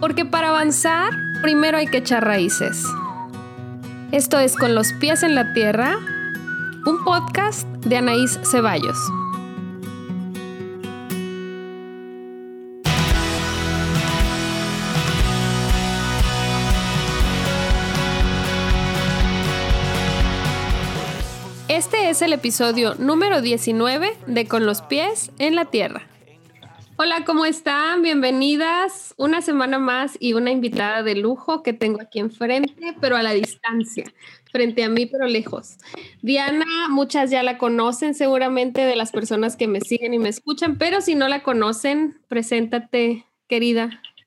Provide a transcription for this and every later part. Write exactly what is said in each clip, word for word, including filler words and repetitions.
Porque para avanzar, primero hay que echar raíces. Esto es Con los pies en la tierra, un podcast de Anaís Ceballos. Este es el episodio número diecinueve de Con los pies en la tierra. Hola, ¿cómo están? Bienvenidas. Una semana más y una invitada de lujo que tengo aquí enfrente, pero a la distancia, frente a mí, pero lejos. Diana, muchas ya la conocen seguramente de las personas que me siguen y me escuchan, pero si no la conocen, preséntate, querida.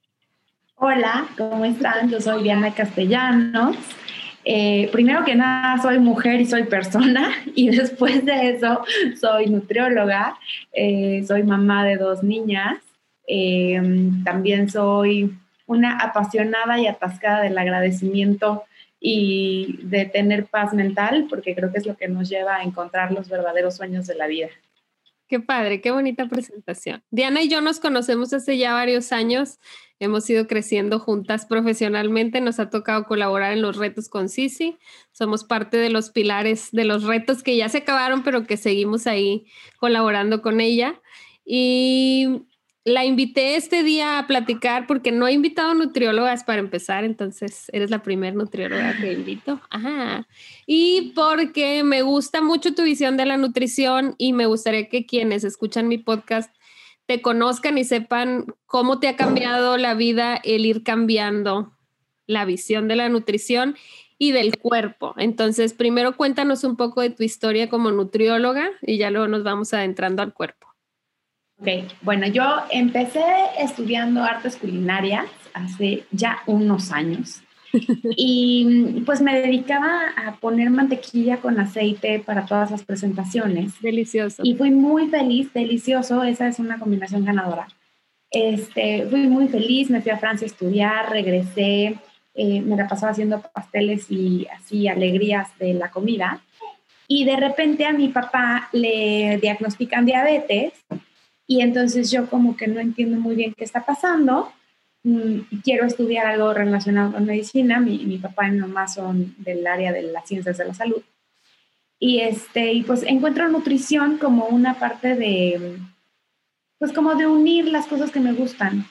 Hola, ¿cómo están? Yo soy Diana Castellanos. Eh, primero que nada, soy mujer y soy persona, y después de eso soy nutrióloga, eh, soy mamá de dos niñas, eh, también soy una apasionada y atascada del agradecimiento y de tener paz mental, porque creo que es lo que nos lleva a encontrar los verdaderos sueños de la vida. Qué padre, qué bonita presentación. Diana y yo nos conocemos hace ya varios años, hemos ido creciendo juntas profesionalmente, nos ha tocado colaborar en los retos con Sisi, somos parte de los pilares de los retos que ya se acabaron, pero que seguimos ahí colaborando con ella. Y la invité este día a platicar porque no he invitado nutriólogas para empezar, entonces eres la primera nutrióloga que invito. Ajá. Y porque me gusta mucho tu visión de la nutrición y me gustaría que quienes escuchan mi podcast te conozcan y sepan cómo te ha cambiado la vida el ir cambiando la visión de la nutrición y del cuerpo. Entonces, primero cuéntanos un poco de tu historia como nutrióloga y ya luego nos vamos adentrando al cuerpo. Ok, bueno, yo empecé estudiando artes culinarias hace ya unos años y pues me dedicaba a poner mantequilla con aceite para todas las presentaciones. Delicioso. Y fui muy feliz, delicioso, esa es una combinación ganadora. Este, fui muy feliz, me fui a Francia a estudiar, regresé, eh, me la pasaba haciendo pasteles y así alegrías de la comida. Y de repente a mi papá le diagnostican diabetes. Y entonces yo como que no entiendo muy bien qué está pasando, mm, quiero estudiar algo relacionado con medicina, mi, mi papá y mi mamá son del área de las ciencias de la salud, y, este, y pues encuentro nutrición como una parte de, pues como de unir las cosas que me gustan.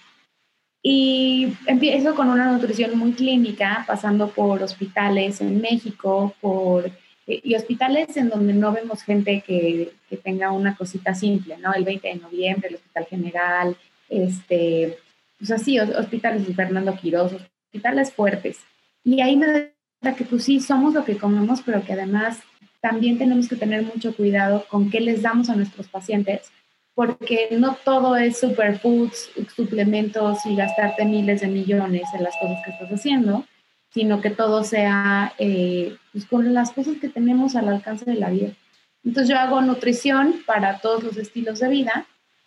Y empiezo con una nutrición muy clínica, pasando por hospitales en México, por... y hospitales en donde no vemos gente que, que tenga una cosita simple, ¿no? El veinte de noviembre, el Hospital General, este, pues así, hospitales de Fernando Quirós, hospitales fuertes. Y ahí me doy cuenta que pues sí, somos lo que comemos, pero que además también tenemos que tener mucho cuidado con qué les damos a nuestros pacientes, porque no todo es superfoods, suplementos y gastarte miles de millones en las cosas que estás haciendo, sino que todo sea eh, pues con las cosas que tenemos al alcance de la vida. Entonces yo hago nutrición para todos los estilos de vida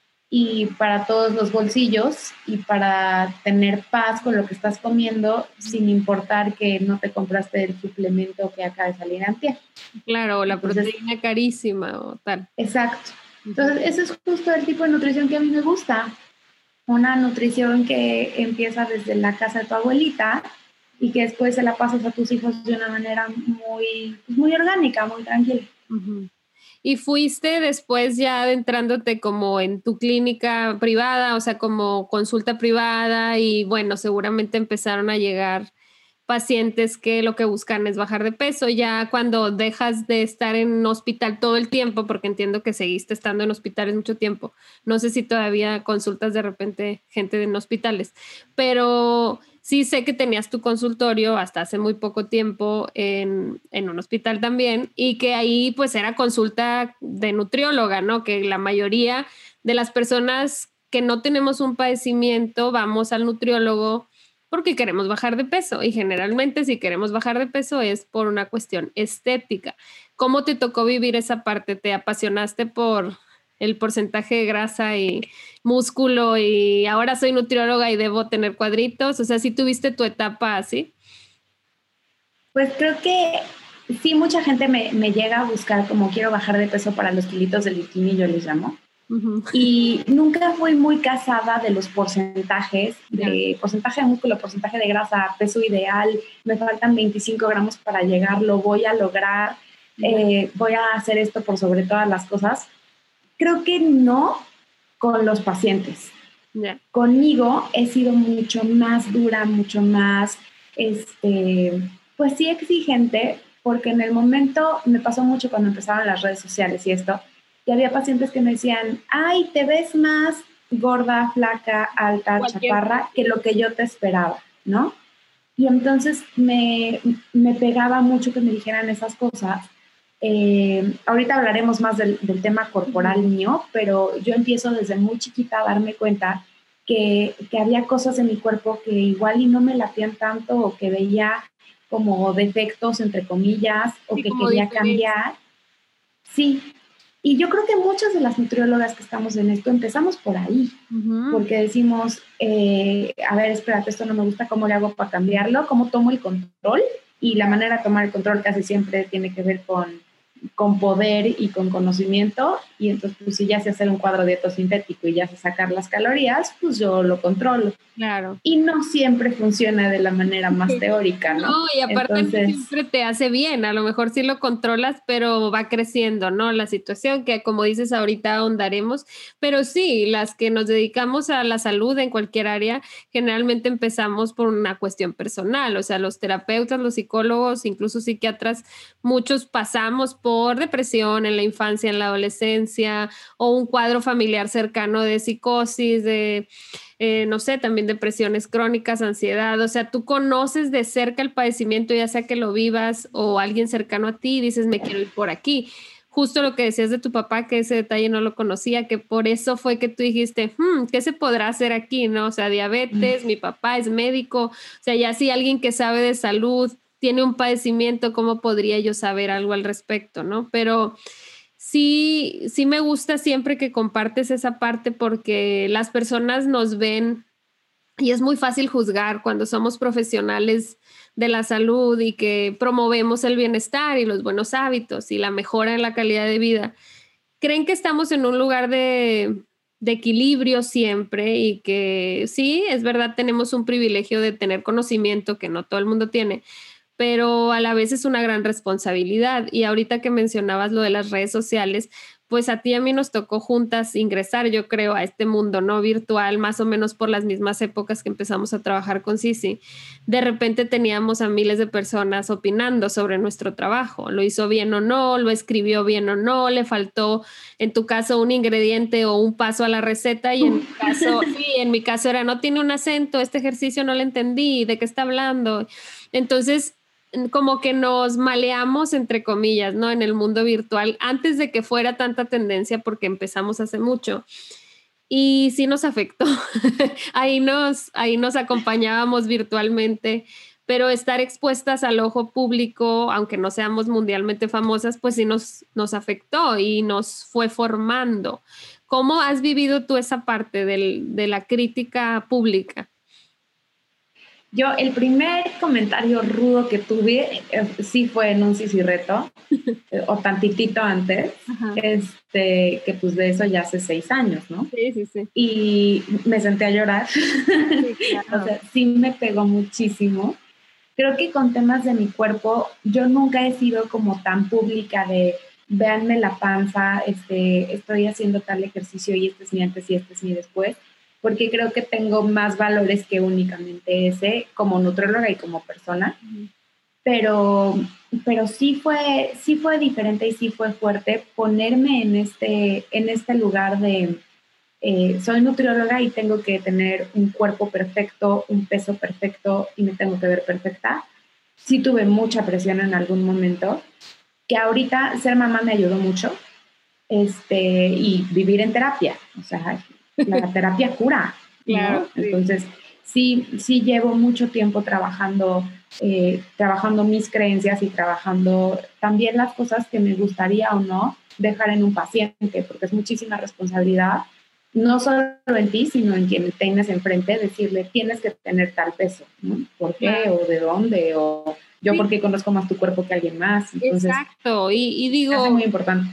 y para todos los bolsillos y para tener paz con lo que estás comiendo sin importar que no te compraste el suplemento que acaba de salir antier. Claro, la Entonces, proteína carísima o tal. Exacto. Entonces ese es justo el tipo de nutrición que a mí me gusta. Una nutrición que empieza desde la casa de tu abuelita y que después se la pasas a tus hijos de una manera muy, muy orgánica, muy tranquila. Uh-huh. ¿Y fuiste después ya adentrándote como en tu clínica privada, o sea, como consulta privada y bueno, seguramente empezaron a llegar pacientes que lo que buscan es bajar de peso ya cuando dejas de estar en un hospital todo el tiempo, porque entiendo que seguiste estando en hospitales mucho tiempo. No sé si todavía consultas de repente gente en hospitales, pero sí sé que tenías tu consultorio hasta hace muy poco tiempo en, en un hospital también y que ahí pues era consulta de nutrióloga, ¿no? Que la mayoría de las personas que no tenemos un padecimiento vamos al nutriólogo porque queremos bajar de peso y generalmente si queremos bajar de peso es por una cuestión estética. ¿Cómo te tocó vivir esa parte? ¿Te apasionaste por el porcentaje de grasa y músculo y ahora soy nutrióloga y debo tener cuadritos? O sea, ¿sí tuviste tu etapa así? Pues creo que sí, mucha gente me, me llega a buscar como quiero bajar de peso para los kilitos del bikini, yo les llamo. Uh-huh. Y nunca fui muy casada de los porcentajes, de yeah. porcentaje de músculo, porcentaje de grasa, peso ideal, me faltan veinticinco gramos para llegar, lo voy a lograr, yeah. eh, voy a hacer esto por sobre todas las cosas. Creo que no con los pacientes. Yeah. Conmigo he sido mucho más dura, mucho más, este, pues sí exigente, porque en el momento, me pasó mucho cuando empezaron las redes sociales y esto, y había pacientes que me decían, ay, te ves más gorda, flaca, alta, Cualquier... chaparra que lo que yo te esperaba, ¿no? Y entonces me, me pegaba mucho que me dijeran esas cosas. Eh, ahorita hablaremos más del, del tema corporal uh-huh. mío, pero yo empiezo desde muy chiquita a darme cuenta que, que había cosas en mi cuerpo que igual y no me latían tanto o que veía como defectos, entre comillas, o sí, que quería diferente. cambiar. Sí, y yo creo que muchas de las nutriólogas que estamos en esto empezamos por ahí, uh-huh. porque decimos, eh, a ver, espérate, esto no me gusta, ¿cómo le hago para cambiarlo? ¿Cómo tomo el control? Y la manera de tomar el control casi siempre tiene que ver con, con poder y con conocimiento, y entonces pues, si ya sé hacer un cuadro dieto-sintético y ya sé sacar las calorías, pues yo lo controlo. Claro. Y no siempre funciona de la manera más teórica, ¿no? No, y aparte entonces, no siempre te hace bien, a lo mejor sí lo controlas, pero va creciendo, ¿no? La situación que como dices ahorita ahondaremos, pero sí, las que nos dedicamos a la salud en cualquier área, generalmente empezamos por una cuestión personal, o sea, los terapeutas, los psicólogos, incluso psiquiatras, muchos pasamos por depresión en la infancia, en la adolescencia, o un cuadro familiar cercano de psicosis, de... Eh, no sé, también depresiones crónicas, ansiedad, o sea, tú conoces de cerca el padecimiento, ya sea que lo vivas o alguien cercano a ti y dices, me quiero ir por aquí. Justo lo que decías de tu papá, que ese detalle no lo conocía, que por eso fue que tú dijiste, hmm, ¿qué se podrá hacer aquí? ¿No? O sea, diabetes, mm. mi papá es médico, o sea, ya si alguien que sabe de salud tiene un padecimiento, ¿cómo podría yo saber algo al respecto? ¿No? Pero... Sí, sí me gusta siempre que compartes esa parte porque las personas nos ven y es muy fácil juzgar cuando somos profesionales de la salud y que promovemos el bienestar y los buenos hábitos y la mejora en la calidad de vida. Creen que estamos en un lugar de, de equilibrio siempre y que sí, es verdad, tenemos un privilegio de tener conocimiento que no todo el mundo tiene, pero a la vez es una gran responsabilidad. Y ahorita que mencionabas lo de las redes sociales, pues a ti y a mí nos tocó juntas ingresar, yo creo, a este mundo no virtual, más o menos por las mismas épocas que empezamos a trabajar con Sisi. De repente teníamos a miles de personas opinando sobre nuestro trabajo, lo hizo bien o no, lo escribió bien o no, le faltó, en tu caso, un ingrediente o un paso a la receta, y en mi caso, sí, en mi caso era, no tiene un acento, este ejercicio no lo entendí, ¿de qué está hablando? Entonces, como que nos maleamos, entre comillas, ¿no? En el mundo virtual, antes de que fuera tanta tendencia, porque empezamos hace mucho. Y sí nos afectó. ahí, nos, ahí nos acompañábamos virtualmente, pero estar expuestas al ojo público, aunque no seamos mundialmente famosas, pues sí nos, nos afectó y nos fue formando. ¿Cómo has vivido tú esa parte del, de la crítica pública? Yo, el primer comentario rudo que tuve, eh, sí fue en un Sisi Reto, eh, o tantitito antes, este, que pues de eso ya hace seis años, ¿no? Sí, sí, sí. Y me senté a llorar. Sí, claro. O sea, sí me pegó muchísimo. Creo que con temas de mi cuerpo, yo nunca he sido como tan pública de, véanme la panza, este, estoy haciendo tal ejercicio y este es mi antes y este es mi después, porque creo que tengo más valores que únicamente ese, como nutrióloga y como persona, uh-huh. pero, pero sí, fue, sí fue diferente y sí fue fuerte ponerme en este, en este lugar de, eh, soy nutrióloga y tengo que tener un cuerpo perfecto, un peso perfecto y me tengo que ver perfecta. Sí tuve mucha presión en algún momento, que ahorita ser mamá me ayudó mucho, este, y vivir en terapia, o sea, la terapia cura, ¿no? Claro, sí. Entonces, sí, sí llevo mucho tiempo trabajando, eh, trabajando mis creencias y trabajando también las cosas que me gustaría o no dejar en un paciente, porque es muchísima responsabilidad, no solo en ti, sino en quien tengas enfrente, decirle, tienes que tener tal peso, ¿no? ¿Por qué? Claro. ¿O de dónde? ¿O yo sí. por qué conozco más tu cuerpo que alguien más? Entonces, exacto, y, y digo... es muy importante.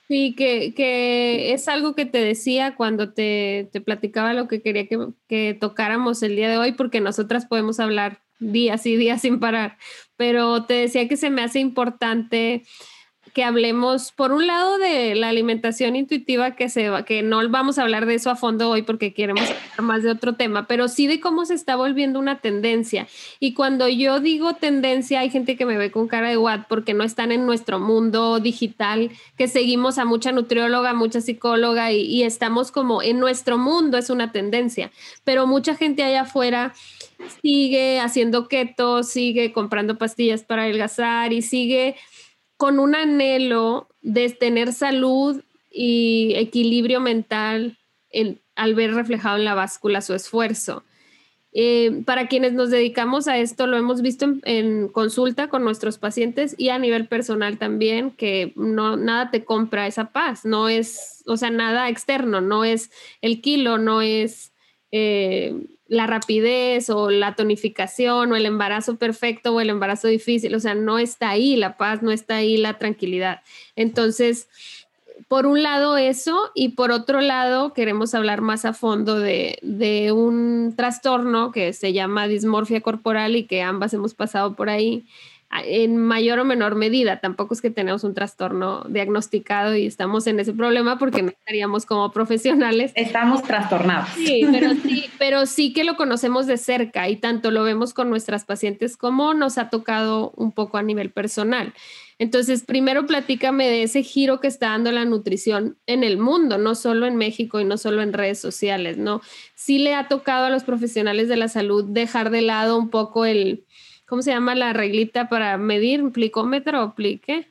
Sí, que, que es algo que te decía cuando te, te platicaba lo que quería que, que tocáramos el día de hoy, porque nosotras podemos hablar días y días sin parar, pero te decía que se me hace importante que hablemos, por un lado, de la alimentación intuitiva, que, se va, que no vamos a hablar de eso a fondo hoy porque queremos hablar más de otro tema, pero sí de cómo se está volviendo una tendencia. Y cuando yo digo tendencia, hay gente que me ve con cara de what, porque no están en nuestro mundo digital, que seguimos a mucha nutrióloga, mucha psicóloga y, y estamos como en nuestro mundo, es una tendencia. Pero mucha gente allá afuera sigue haciendo keto, sigue comprando pastillas para adelgazar y sigue con un anhelo de tener salud y equilibrio mental en, al ver reflejado en la báscula su esfuerzo. Eh, para quienes nos dedicamos a esto, lo hemos visto en, en consulta con nuestros pacientes y a nivel personal también, que no, nada te compra esa paz, no es, o sea, nada externo, no es el kilo, no es eh, la rapidez o la tonificación o el embarazo perfecto o el embarazo difícil, o sea, no está ahí la paz, no está ahí la tranquilidad. Entonces, por un lado eso, y por otro lado queremos hablar más a fondo de, de un trastorno que se llama dismorfia corporal y que ambas hemos pasado por ahí en mayor o menor medida. Tampoco es que tenemos un trastorno diagnosticado y estamos en ese problema porque no estaríamos como profesionales. Estamos trastornados. Sí, pero sí, pero sí que lo conocemos de cerca y tanto lo vemos con nuestras pacientes como nos ha tocado un poco a nivel personal. Entonces, primero platícame de ese giro que está dando la nutrición en el mundo, no solo en México y no solo en redes sociales, ¿no? Sí le ha tocado a los profesionales de la salud dejar de lado un poco el, ¿cómo se llama la reglita para medir? ¿Plicómetro o plique?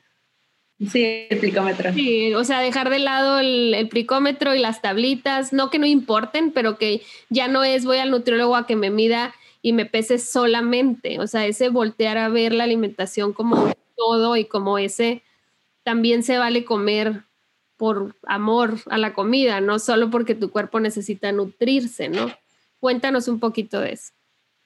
Sí, el plicómetro. Sí, o sea, dejar de lado el, el plicómetro y las tablitas, no que no importen, pero que ya no es voy al nutriólogo a que me mida y me pese solamente, o sea, ese voltear a ver la alimentación como todo y como ese también se vale comer por amor a la comida, no solo porque tu cuerpo necesita nutrirse, ¿no? Cuéntanos un poquito de eso.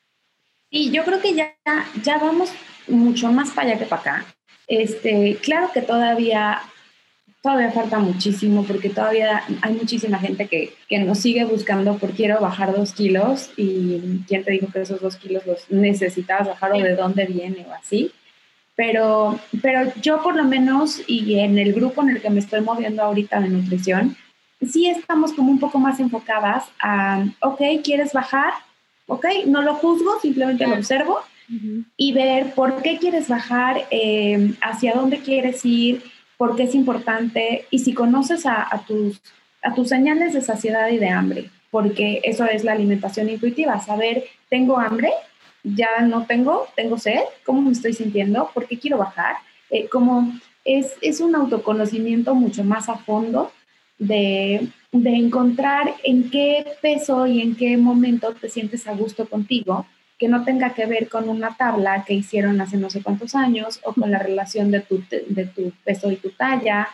Y yo creo que ya, ya vamos mucho más para allá que para acá. Este, claro que todavía, todavía falta muchísimo porque todavía hay muchísima gente que, que nos sigue buscando por quiero bajar dos kilos y quién te dijo que esos dos kilos los necesitabas bajar o de dónde viene o así. Pero, pero yo por lo menos y en el grupo en el que me estoy moviendo ahorita de nutrición, sí estamos como un poco más enfocadas a, ok, ¿quieres bajar? Ok, no lo juzgo, simplemente lo observo uh-huh. y ver por qué quieres bajar, eh, hacia dónde quieres ir, por qué es importante y si conoces a, a, tus, a tus señales de saciedad y de hambre, porque eso es la alimentación intuitiva, saber, ¿tengo hambre? Ya no tengo, tengo sed, ¿cómo me estoy sintiendo? ¿Por qué quiero bajar? Eh, como es, es un autoconocimiento mucho más a fondo de, de encontrar en qué peso y en qué momento te sientes a gusto contigo, que no tenga que ver con una tabla que hicieron hace no sé cuántos años o con la relación de tu, de tu peso y tu talla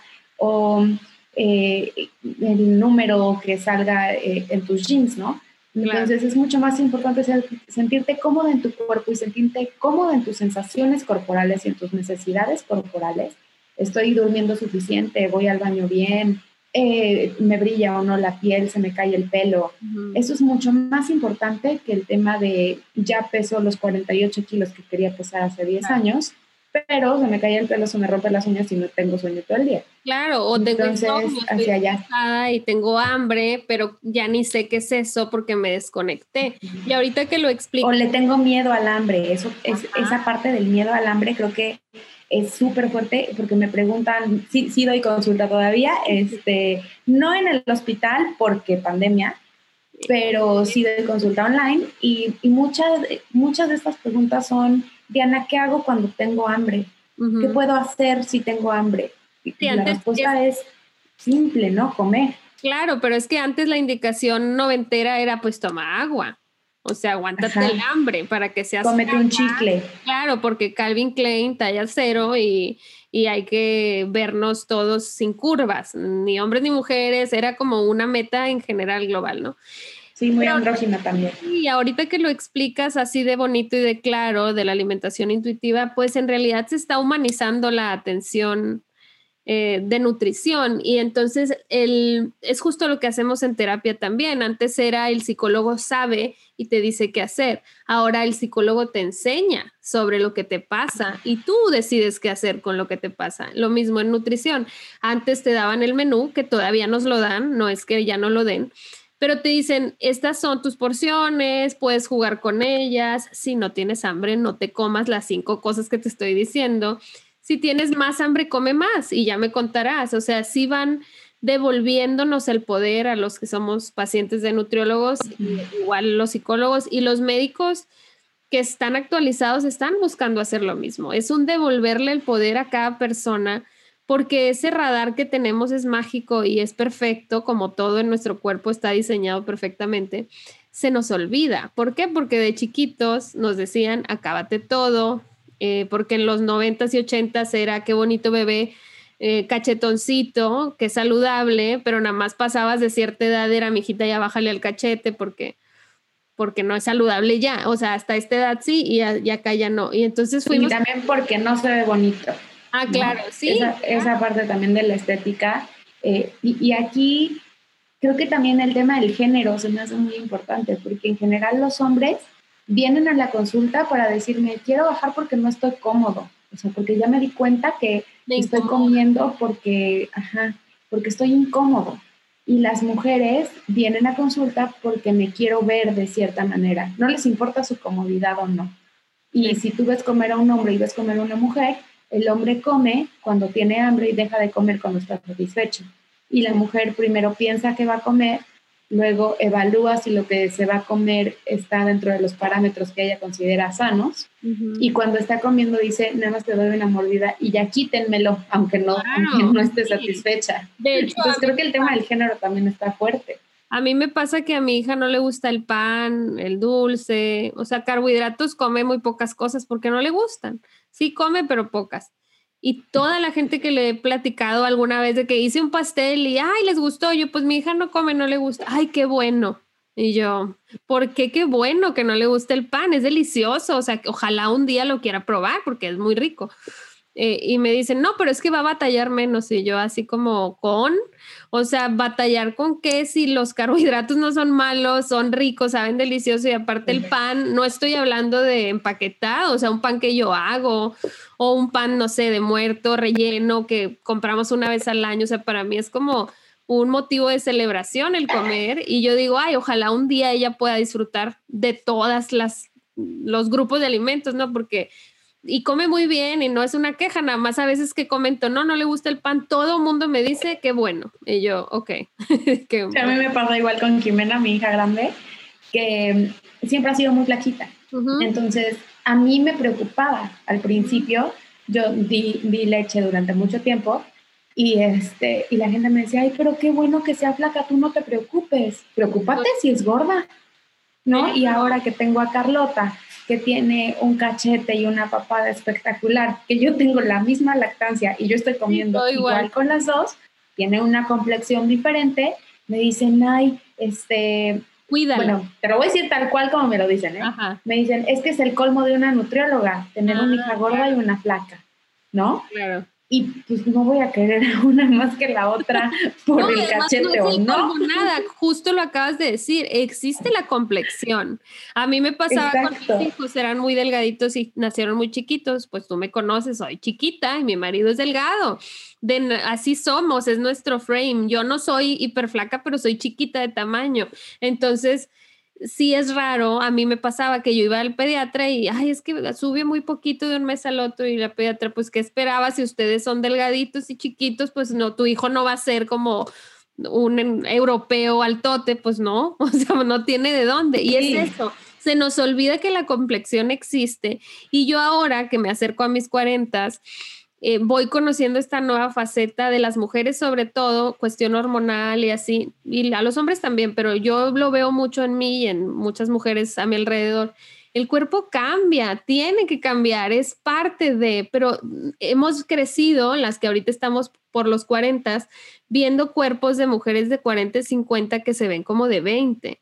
o eh, el número que salga eh, en tus jeans, ¿no? Entonces claro. Es mucho más importante ser, sentirte cómodo en tu cuerpo y sentirte cómodo en tus sensaciones corporales y en tus necesidades corporales. Estoy durmiendo suficiente, voy al baño bien, eh, me brilla o no la piel, se me cae el pelo. Uh-huh. Eso es mucho más importante que el tema de ya peso los cuarenta y ocho kilos que quería pesar hace diez claro. años, pero se me cae el pelo, se me rompen las uñas y no tengo sueño todo el día. Claro, o tengo insomnio, hacia allá. Y tengo hambre, pero ya ni sé qué es eso porque me desconecté. Uh-huh. Y ahorita que lo explico. O le tengo miedo al hambre. Eso es, esa parte del miedo al hambre creo que es súper fuerte porque me preguntan, sí, sí doy consulta todavía, este, no en el hospital porque pandemia, pero sí doy consulta online y, y muchas, muchas de estas preguntas son, Diana, ¿qué hago cuando tengo hambre? Uh-huh. ¿Qué puedo hacer si tengo hambre? Sí, la antes, respuesta es, es simple, ¿no? Comer. Claro, pero es que antes la indicación noventera era pues toma agua. O sea, aguántate Ajá. el hambre para que seas... Cómete un chicle. Claro, porque Calvin Klein talla cero y, y hay que vernos todos sin curvas, ni hombres ni mujeres, era como una meta en general global, ¿no? Sí, muy Pero, andrógina también. Y ahorita que lo explicas así de bonito y de claro de la alimentación intuitiva, pues en realidad se está humanizando la atención eh, de nutrición. Y entonces el, es justo lo que hacemos en terapia también. Antes era el psicólogo sabe y te dice qué hacer. Ahora el psicólogo te enseña sobre lo que te pasa y tú decides qué hacer con lo que te pasa. Lo mismo en nutrición. Antes te daban el menú, que todavía nos lo dan, no es que ya no lo den, pero te dicen, estas son tus porciones, puedes jugar con ellas. Si no tienes hambre, no te comas las cinco cosas que te estoy diciendo. Si tienes más hambre, come más y ya me contarás. O sea, sí van devolviéndonos el poder a los que somos pacientes de nutriólogos, igual los psicólogos y los médicos que están actualizados están buscando hacer lo mismo. Es un devolverle el poder a cada persona, porque ese radar que tenemos es mágico y es perfecto, como todo en nuestro cuerpo está diseñado perfectamente. Se nos olvida. ¿Por qué? Porque de chiquitos nos decían, acábate todo, eh, porque en los noventas y ochentas era qué bonito bebé, eh, cachetoncito, qué saludable, pero nada más pasabas de cierta edad, era mijita, ya bájale al cachete porque, porque no es saludable ya. O sea, hasta esta edad sí y, a, y acá ya no. Y entonces fuimos... Y también porque no se ve bonito. Ah, claro, ¿no? Sí. Esa, claro. esa parte también de la estética. Eh, y, y aquí creo que también el tema del género se me hace muy importante, porque en general los hombres vienen a la consulta para decirme, quiero bajar porque no estoy cómodo. O sea, porque ya me di cuenta que me estoy comiendo porque, ajá, porque estoy incómodo. Y las mujeres vienen a consulta porque me quiero ver de cierta manera. No les importa su comodidad o no. Y sí. Si tú ves comer a un hombre y ves comer a una mujer, el hombre come cuando tiene hambre y deja de comer cuando está satisfecho. Y la mujer primero piensa que va a comer, luego evalúa si lo que se va a comer está dentro de los parámetros que ella considera sanos. Uh-huh. Y cuando está comiendo dice, nada más te doy una mordida y ya quítenmelo, aunque no, claro, aunque no esté sí. satisfecha. De hecho, entonces creo que el tema del género también está fuerte. A mí me pasa que a mi hija no le gusta el pan, el dulce, o sea, carbohidratos, come muy pocas cosas porque no le gustan. Sí come, pero pocas. Y toda la gente que le he platicado alguna vez de que hice un pastel y, ay, les gustó. Yo, pues mi hija no come, no le gusta. Ay, qué bueno. Y yo, ¿por qué qué bueno que no le gusta el pan? Es delicioso. O sea, que ojalá un día lo quiera probar porque es muy rico. Eh, y me dicen, no, pero es que va a batallar menos. Y yo así como, ¿con? O sea, ¿batallar con qué? Si los carbohidratos no son malos, son ricos, saben delicioso. Y aparte el pan, no estoy hablando de empaquetado, o sea, un pan que yo hago o un pan, no sé, de muerto, relleno, que compramos una vez al año. O sea, para mí es como un motivo de celebración el comer. Y yo digo, ay, ojalá un día ella pueda disfrutar de todas las, los grupos de alimentos, ¿no? Porque... Y come muy bien y no es una queja, nada más a veces que comento, no, no le gusta el pan, todo el mundo me dice qué bueno. Y yo, ok. Qué bueno. A mí me pasa igual con Jimena, mi hija grande, que siempre ha sido muy flaquita. Uh-huh. Entonces, a mí me preocupaba al principio, yo di, di leche durante mucho tiempo y, este, y la gente me decía, ay, pero qué bueno que sea flaca, tú no te preocupes, preocúpate si es gorda, ¿no? Y ahora que tengo a Carlota, que tiene un cachete y una papada espectacular, que yo tengo la misma lactancia y yo estoy comiendo sí, igual. igual con las dos, tiene una complexión diferente, me dicen, ay, este... Cuídala. Bueno, te lo voy a decir tal cual como me lo dicen, ¿eh? Ajá. Me dicen, es que es el colmo de una nutrióloga, tener ah, una hija gorda claro. y una flaca, ¿no? Claro. Y pues no voy a querer a una más que la otra por no, el cachete no o no. Nada, justo lo acabas de decir, existe la complexión. A mí me pasaba Exacto. con mis hijos, eran muy delgaditos y nacieron muy chiquitos, pues tú me conoces, soy chiquita y mi marido es delgado. De, así somos, es nuestro frame. Yo no soy hiperflaca, pero soy chiquita de tamaño. Entonces... sí es raro, a mí me pasaba que yo iba al pediatra y, ay, es que sube muy poquito de un mes al otro y la pediatra, pues, ¿qué esperaba? Si ustedes son delgaditos y chiquitos, pues no, tu hijo no va a ser como un europeo altote, pues no, o sea, no tiene de dónde. Y sí. es eso, se nos olvida que la complexión existe y yo ahora que me acerco a mis cuarentas, Eh, voy conociendo esta nueva faceta de las mujeres, sobre todo cuestión hormonal y así, y a los hombres también, pero yo lo veo mucho en mí y en muchas mujeres a mi alrededor. El cuerpo cambia, tiene que cambiar, es parte de, pero hemos crecido, las que ahorita estamos por los cuarenta, viendo cuerpos de mujeres de cuarenta y cincuenta que se ven como de veinte.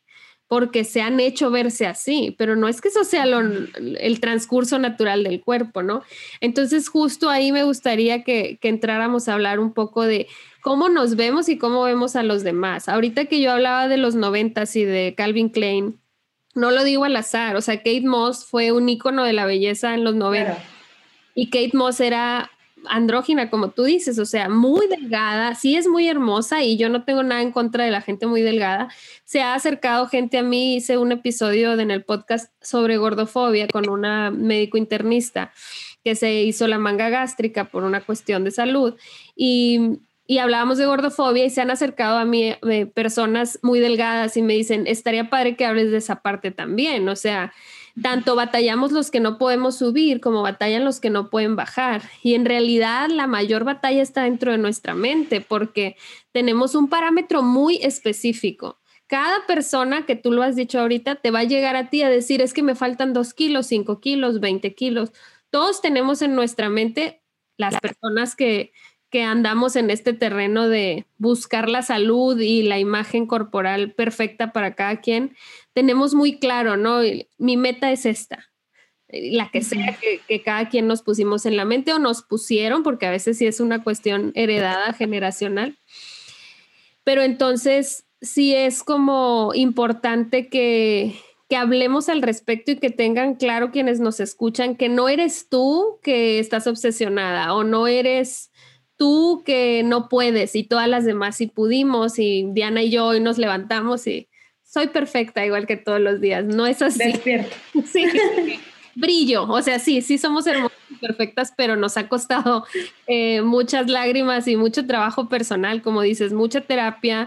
porque se han hecho verse así, pero no es que eso sea lo, el transcurso natural del cuerpo, ¿no? Entonces justo ahí me gustaría que, que entráramos a hablar un poco de cómo nos vemos y cómo vemos a los demás. Ahorita que yo hablaba de los noventas y de Calvin Klein, no lo digo al azar, o sea, Kate Moss fue un ícono de la belleza en los noventa. Claro. Y Kate Moss era andrógina, como tú dices, o sea, muy delgada, sí es muy hermosa y yo no tengo nada en contra de la gente muy delgada. Se ha acercado gente a mí, hice un episodio en el podcast sobre gordofobia con una médico internista que se hizo la manga gástrica por una cuestión de salud y, y hablábamos de gordofobia y se han acercado a mí eh, personas muy delgadas y me dicen, estaría padre que hables de esa parte también, o sea, tanto batallamos los que no podemos subir como batallan los que no pueden bajar. Y en realidad la mayor batalla está dentro de nuestra mente porque tenemos un parámetro muy específico. Cada persona, que tú lo has dicho ahorita, te va a llegar a ti a decir, es que me faltan dos kilos, cinco kilos, veinte kilos. Todos tenemos en nuestra mente las personas que, que andamos en este terreno de buscar la salud y la imagen corporal perfecta para cada quien. Tenemos muy claro, ¿no? Mi meta es esta, la que sea que, que cada quien nos pusimos en la mente o nos pusieron, porque a veces sí es una cuestión heredada, generacional. Pero entonces sí es como importante que, que hablemos al respecto y que tengan claro quienes nos escuchan que no eres tú que estás obsesionada o no eres tú que no puedes y todas las demás sí pudimos y Diana y yo hoy nos levantamos y soy perfecta igual que todos los días, no es así. Despierto. Sí, brillo, o sea, sí, sí somos hermosas y perfectas, pero nos ha costado eh, muchas lágrimas y mucho trabajo personal, como dices, mucha terapia,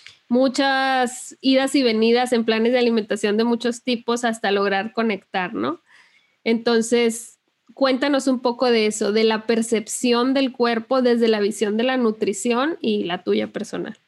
muchas idas y venidas en planes de alimentación de muchos tipos hasta lograr conectar, ¿no? Entonces, cuéntanos un poco de eso, de la percepción del cuerpo desde la visión de la nutrición y la tuya personal.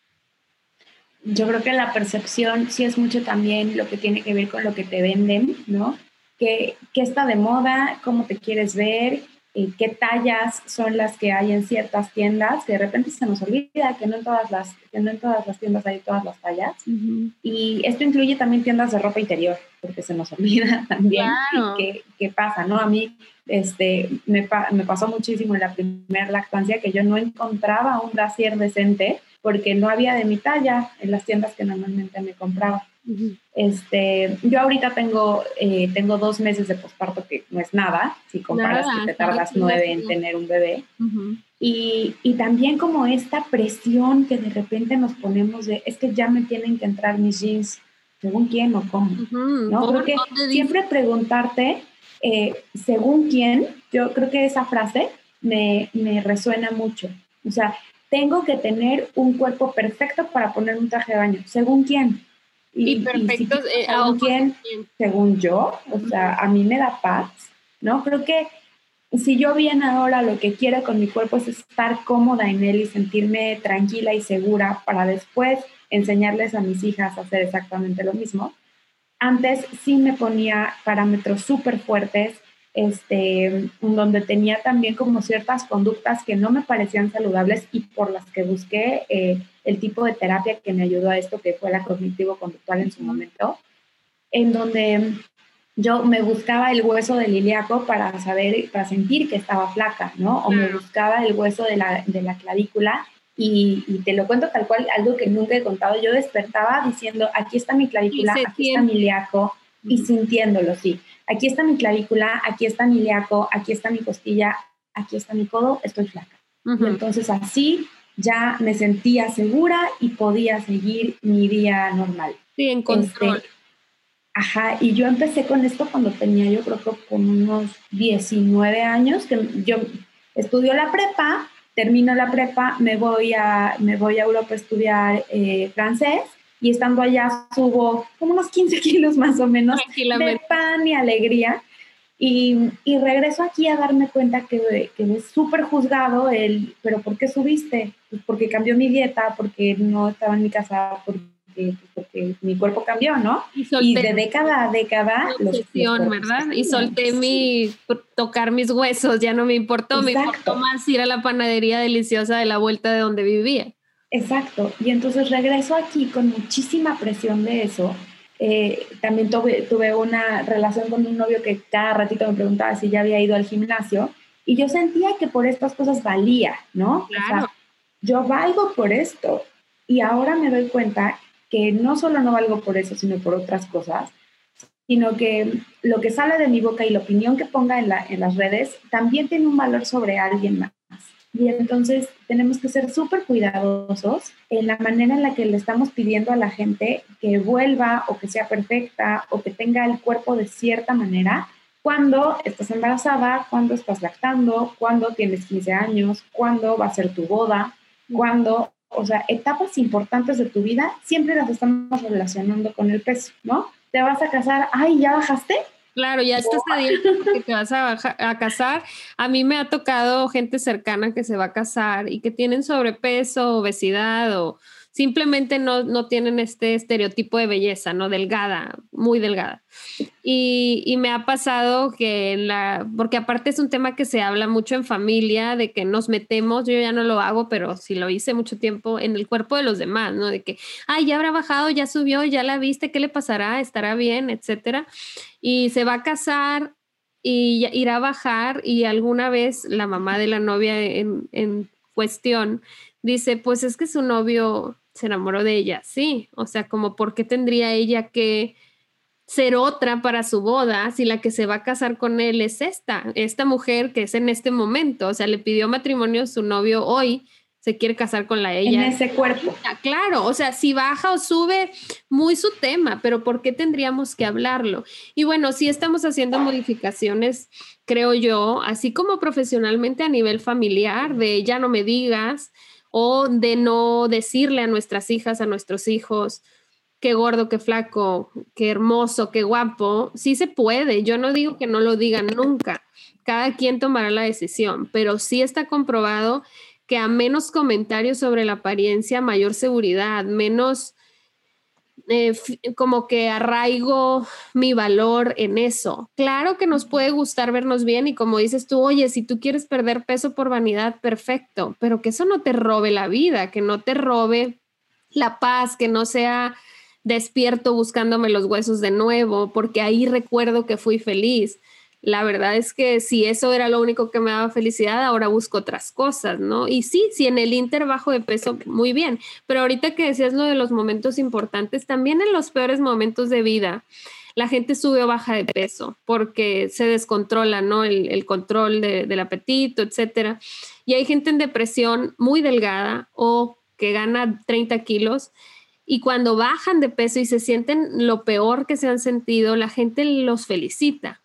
Yo creo que la percepción sí es mucho también lo que tiene que ver con lo que te venden, ¿no? ¿Qué, qué está de moda? ¿Cómo te quieres ver? Eh, ¿Qué tallas son las que hay en ciertas tiendas? Que de repente se nos olvida que no en todas las, que no en todas las tiendas hay todas las tallas. Uh-huh. Y esto incluye también tiendas de ropa interior, porque se nos olvida también. Claro. ¿Qué, qué pasa, no? A mí este, me, pa- me pasó muchísimo en la primera lactancia que yo no encontraba un brasier decente porque no había de mi talla en las tiendas que normalmente me compraba. Uh-huh. Este, yo ahorita tengo, eh, tengo dos meses de posparto, que no es nada, si comparas nada, que te tardas nueve en tener un bebé. Uh-huh. Y, y también como esta presión que de repente nos ponemos de, es que ya me tienen que entrar mis jeans, según quién o cómo. Uh-huh. ¿No? Creo que siempre preguntarte, eh, según quién, yo creo que esa frase me, me resuena mucho. O sea, tengo que tener un cuerpo perfecto para poner un traje de baño. ¿Según quién? Y, y perfecto, y si, eh, ¿según quién? Según yo. O sea, a mí me da paz, ¿no? Creo que si yo bien ahora lo que quiero con mi cuerpo es estar cómoda en él y sentirme tranquila y segura para después enseñarles a mis hijas a hacer exactamente lo mismo. Antes sí me ponía parámetros súper fuertes, Este, donde tenía también como ciertas conductas que no me parecían saludables y por las que busqué eh, el tipo de terapia que me ayudó a esto, que fue la cognitivo-conductual en su momento, en donde yo me buscaba el hueso del ilíaco para saber, para sentir que estaba flaca, ¿no? O me buscaba el hueso de la, de la clavícula y, y te lo cuento tal cual, algo que nunca he contado. Yo despertaba diciendo, aquí está mi clavícula, aquí está mi ilíaco, y sintiéndolo, sí. Aquí está mi clavícula, aquí está mi ilíaco, aquí está mi costilla, aquí está mi codo, estoy flaca. Uh-huh. Y entonces así ya me sentía segura y podía seguir mi día normal. Sí, en control. Este, ajá, y yo empecé con esto cuando tenía, yo creo que con unos diecinueve años, que yo estudio la prepa, termino la prepa, me voy a, me voy a Europa a estudiar eh, francés, y estando allá subo como unos quince kilos más o menos de pan y alegría. Y, y regreso aquí a darme cuenta que, que es súper juzgado el, ¿pero por qué subiste? Pues porque cambió mi dieta, porque no estaba en mi casa, porque, porque mi cuerpo cambió, ¿no? Y, solté, y de década a década... Obsesión, los, los ¿verdad? Y solté mi, tocar mis huesos, ya no me importó, Exacto. me importó más ir a la panadería deliciosa de la vuelta de donde vivía. Exacto, y entonces regreso aquí con muchísima presión de eso, Eh, también tuve, tuve una relación con un novio que cada ratito me preguntaba si ya había ido al gimnasio y yo sentía que por estas cosas valía, ¿no? Claro. O sea, yo valgo por esto y ahora me doy cuenta que no solo no valgo por eso, sino por otras cosas, sino que lo que sale de mi boca y la opinión que ponga en, la, en las redes también tiene un valor sobre alguien más. Y entonces tenemos que ser súper cuidadosos en la manera en la que le estamos pidiendo a la gente que vuelva o que sea perfecta o que tenga el cuerpo de cierta manera cuando estás embarazada, cuando estás lactando, cuando tienes quince años, cuando va a ser tu boda, cuando, o sea, etapas importantes de tu vida siempre las estamos relacionando con el peso, ¿no? Te vas a casar, ay, ¿ya bajaste? Claro, ya estás a dieta porque te vas a, bajar, a casar. A mí me ha tocado gente cercana que se va a casar y que tienen sobrepeso, obesidad o simplemente no, no tienen este estereotipo de belleza, ¿no? Delgada, muy delgada. Y, y me ha pasado que en la, porque aparte es un tema que se habla mucho en familia, de que nos metemos, yo ya no lo hago, pero sí lo hice mucho tiempo en el cuerpo de los demás, ¿no? De que, ay, ya habrá bajado, ya subió, ya la viste, ¿qué le pasará? ¿Estará bien? Etcétera. Y se va a casar y ya irá a bajar y alguna vez la mamá de la novia en, en cuestión dice, pues es que su novio se enamoró de ella, sí, o sea, como por qué tendría ella que ser otra para su boda si la que se va a casar con él es esta, esta mujer que es en este momento, o sea, le pidió matrimonio a su novio hoy, se quiere casar con la ella. En ese cuerpo. Claro, o sea, si baja o sube, muy su tema, pero ¿por qué tendríamos que hablarlo? Y bueno, sí estamos haciendo modificaciones, creo yo, así como profesionalmente a nivel familiar, de ya no me digas, o de no decirle a nuestras hijas, a nuestros hijos, qué gordo, qué flaco, qué hermoso, qué guapo. Sí se puede, yo no digo que no lo digan nunca, cada quien tomará la decisión, pero sí está comprobado que a menos comentarios sobre la apariencia, mayor seguridad, menos eh, como que arraigo mi valor en eso. Claro que nos puede gustar vernos bien y como dices tú, oye, si tú quieres perder peso por vanidad, perfecto, pero que eso no te robe la vida, que no te robe la paz, que no sea despierto buscándome los huesos de nuevo, porque ahí recuerdo que fui feliz. La verdad es que si eso era lo único que me daba felicidad, ahora busco otras cosas, ¿no? Y sí, si en el Inter bajo de peso, muy bien, pero ahorita que decías lo de los momentos importantes, también en los peores momentos de vida, la gente sube o baja de peso porque se descontrola, ¿no? El, el control de, del apetito, etcétera. Y hay gente en depresión muy delgada o que gana treinta kilos y cuando bajan de peso y se sienten lo peor que se han sentido, la gente los felicita.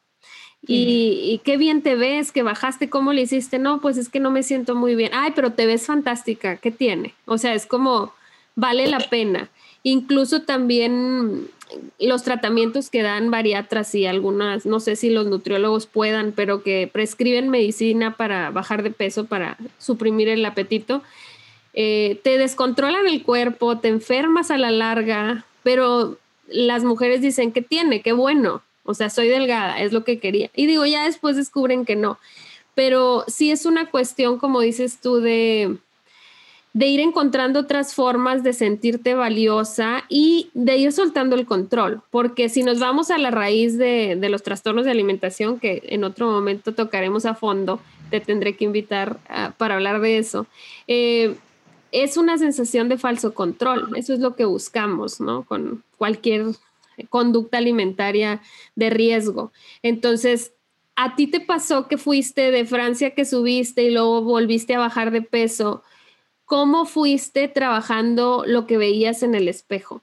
Y, y qué bien te ves, que bajaste, ¿cómo le hiciste? No, pues es que no me siento muy bien. Ay, pero te ves fantástica, ¿qué tiene? O sea, es como, vale la pena. Incluso también los tratamientos que dan bariatras y algunas, no sé si los nutriólogos puedan, pero que prescriben medicina para bajar de peso, para suprimir el apetito, eh, te descontrolan el cuerpo, te enfermas a la larga, pero las mujeres dicen, ¿qué tiene? Qué bueno. O sea, soy delgada, es lo que quería. Y digo, ya después descubren que no. Pero sí es una cuestión, como dices tú, de, de ir encontrando otras formas de sentirte valiosa y de ir soltando el control. Porque si nos vamos a la raíz de, de los trastornos de alimentación, que en otro momento tocaremos a fondo, te tendré que invitar a, para hablar de eso, eh, es una sensación de falso control. Eso es lo que buscamos, ¿no? Con cualquier conducta alimentaria de riesgo. Entonces, ¿a ti te pasó que fuiste de Francia, que subiste y luego volviste a bajar de peso? ¿Cómo fuiste trabajando lo que veías en el espejo?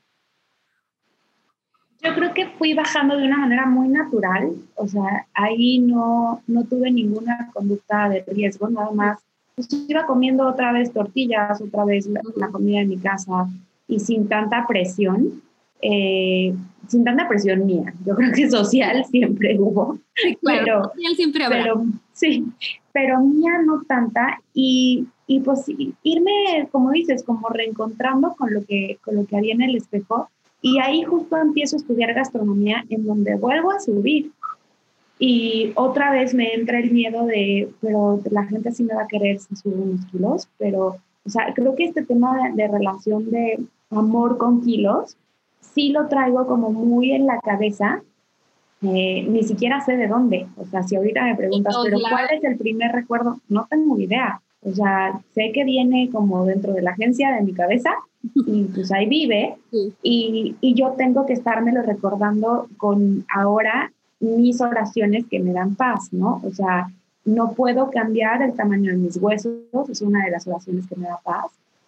Yo creo que fui bajando de una manera muy natural, o sea, ahí no, no tuve ninguna conducta de riesgo, nada más. Pues iba comiendo otra vez tortillas, otra vez la, la comida de mi casa y sin tanta presión. Eh, sin tanta presión mía, yo creo que social siempre hubo, sí, claro, pero, social siempre habrá. pero sí, pero mía no tanta y, y pues irme, como dices, como reencontrando con lo que, con lo que había en el espejo y ahí justo empiezo a estudiar gastronomía en donde vuelvo a subir y otra vez me entra el miedo de, pero la gente sí me va a querer si subo unos kilos, pero, o sea, creo que este tema de, de relación de amor con kilos sí lo traigo como muy en la cabeza, eh, ni siquiera sé de dónde. O sea, si ahorita me preguntas, ¿pero cuál es el primer recuerdo? No tengo idea. O sea, sé que viene como dentro de la agencia de mi cabeza y pues ahí vive. Sí. Y, y yo tengo que estármelo recordando con ahora mis oraciones que me dan paz, ¿no? O sea, no puedo cambiar el tamaño de mis huesos, es una de las oraciones que me da paz.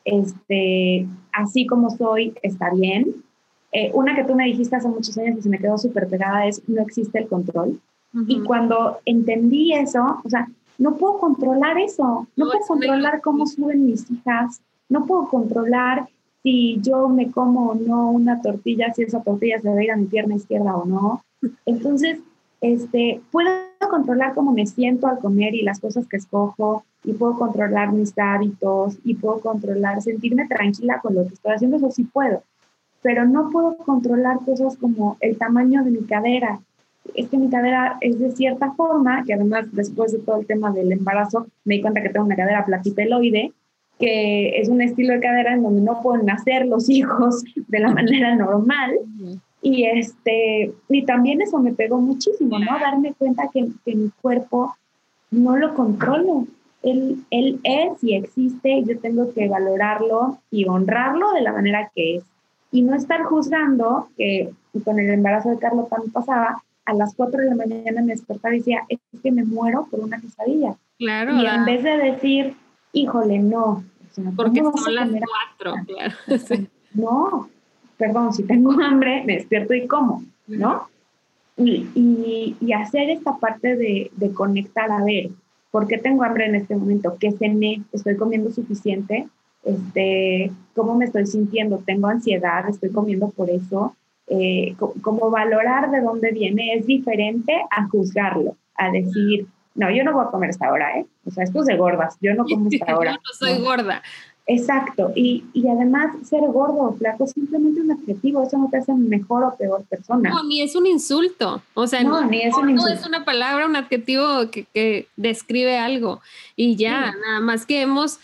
Este, así como soy, está bien. Eh, una que tú me dijiste hace muchos años y se me quedó súper pegada es no existe el control. Uh-huh. Y cuando entendí eso, o sea, no puedo controlar eso, no, no puedo controlar me... cómo suben mis hijas, no puedo controlar si yo me como o no una tortilla, si esa tortilla se va a ir a mi pierna izquierda o no. Entonces, este, puedo controlar cómo me siento al comer y las cosas que escojo, y puedo controlar mis hábitos, y puedo controlar, sentirme tranquila con lo que estoy haciendo, eso sí puedo. Pero no puedo controlar cosas como el tamaño de mi cadera. Es que mi cadera es de cierta forma, que además después de todo el tema del embarazo, me di cuenta que tengo una cadera plaquipeloide, que es un estilo de cadera en donde no pueden nacer los hijos de la manera normal. Uh-huh. Y, este, y también eso me pegó muchísimo, ¿no? Darme cuenta que, que mi cuerpo no lo controlo. Él, él es y existe, yo tengo que valorarlo y honrarlo de la manera que es. Y no estar juzgando, que con el embarazo de Carlota me pasaba, a las cuatro de la mañana me despertaba y decía, es que me muero por una quesadilla. Claro. Y la... en vez de decir, híjole, no. O sea, porque son las cuatro, claro. Sí. No, perdón, si tengo hambre, me despierto y como, ¿no? Uh-huh. Y, y, y hacer esta parte de, de conectar, a ver, ¿por qué tengo hambre en este momento? ¿Qué cené? ¿Estoy comiendo suficiente? Este, ¿cómo me estoy sintiendo? ¿Tengo ansiedad? ¿Estoy comiendo por eso? Eh, co- como valorar de dónde viene es diferente a juzgarlo, a decir, no, yo no voy a comer esta hora, ¿eh? O sea, esto es de gordas, yo no como esta hora. Yo no soy ¿no? gorda. Exacto, y, y además ser gordo o flaco es simplemente un adjetivo, eso no te hace mejor o peor persona. No, ni es un insulto, o sea, no, ni es un insulto. No es una palabra, un adjetivo que, que describe algo y ya, sí. Nada más que hemos,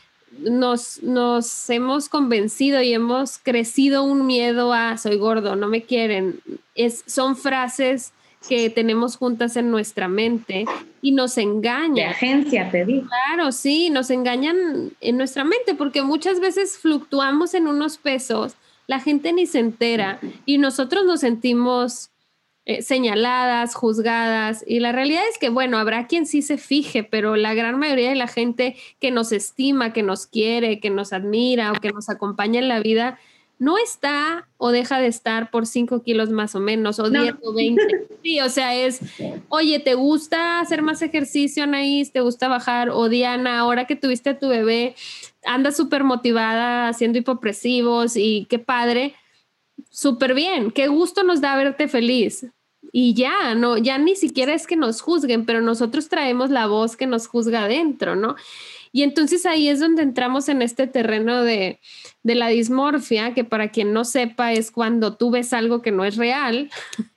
nos, nos hemos convencido y hemos crecido un miedo a soy gordo, no me quieren, es, son frases que tenemos juntas en nuestra mente y nos engañan. De agencia, te digo. Claro, sí, nos engañan en nuestra mente porque muchas veces fluctuamos en unos pesos, la gente ni se entera y nosotros nos sentimos eh, señaladas, juzgadas y la realidad es que, bueno, habrá quien sí se fije, pero la gran mayoría de la gente que nos estima, que nos quiere, que nos admira o que nos acompaña en la vida, no está o deja de estar por cinco kilos más o menos, o diez no. o veinte. Sí, o sea, es, oye, ¿te gusta hacer más ejercicio, Anaís? ¿Te gusta bajar? O Diana, ahora que tuviste a tu bebé, andas súper motivada haciendo hipopresivos y qué padre, súper bien, qué gusto nos da verte feliz. Y ya, no, ya ni siquiera es que nos juzguen, pero nosotros traemos la voz que nos juzga adentro, ¿no? Y entonces ahí es donde entramos en este terreno de, de la dismorfia, que para quien no sepa es cuando tú ves algo que no es real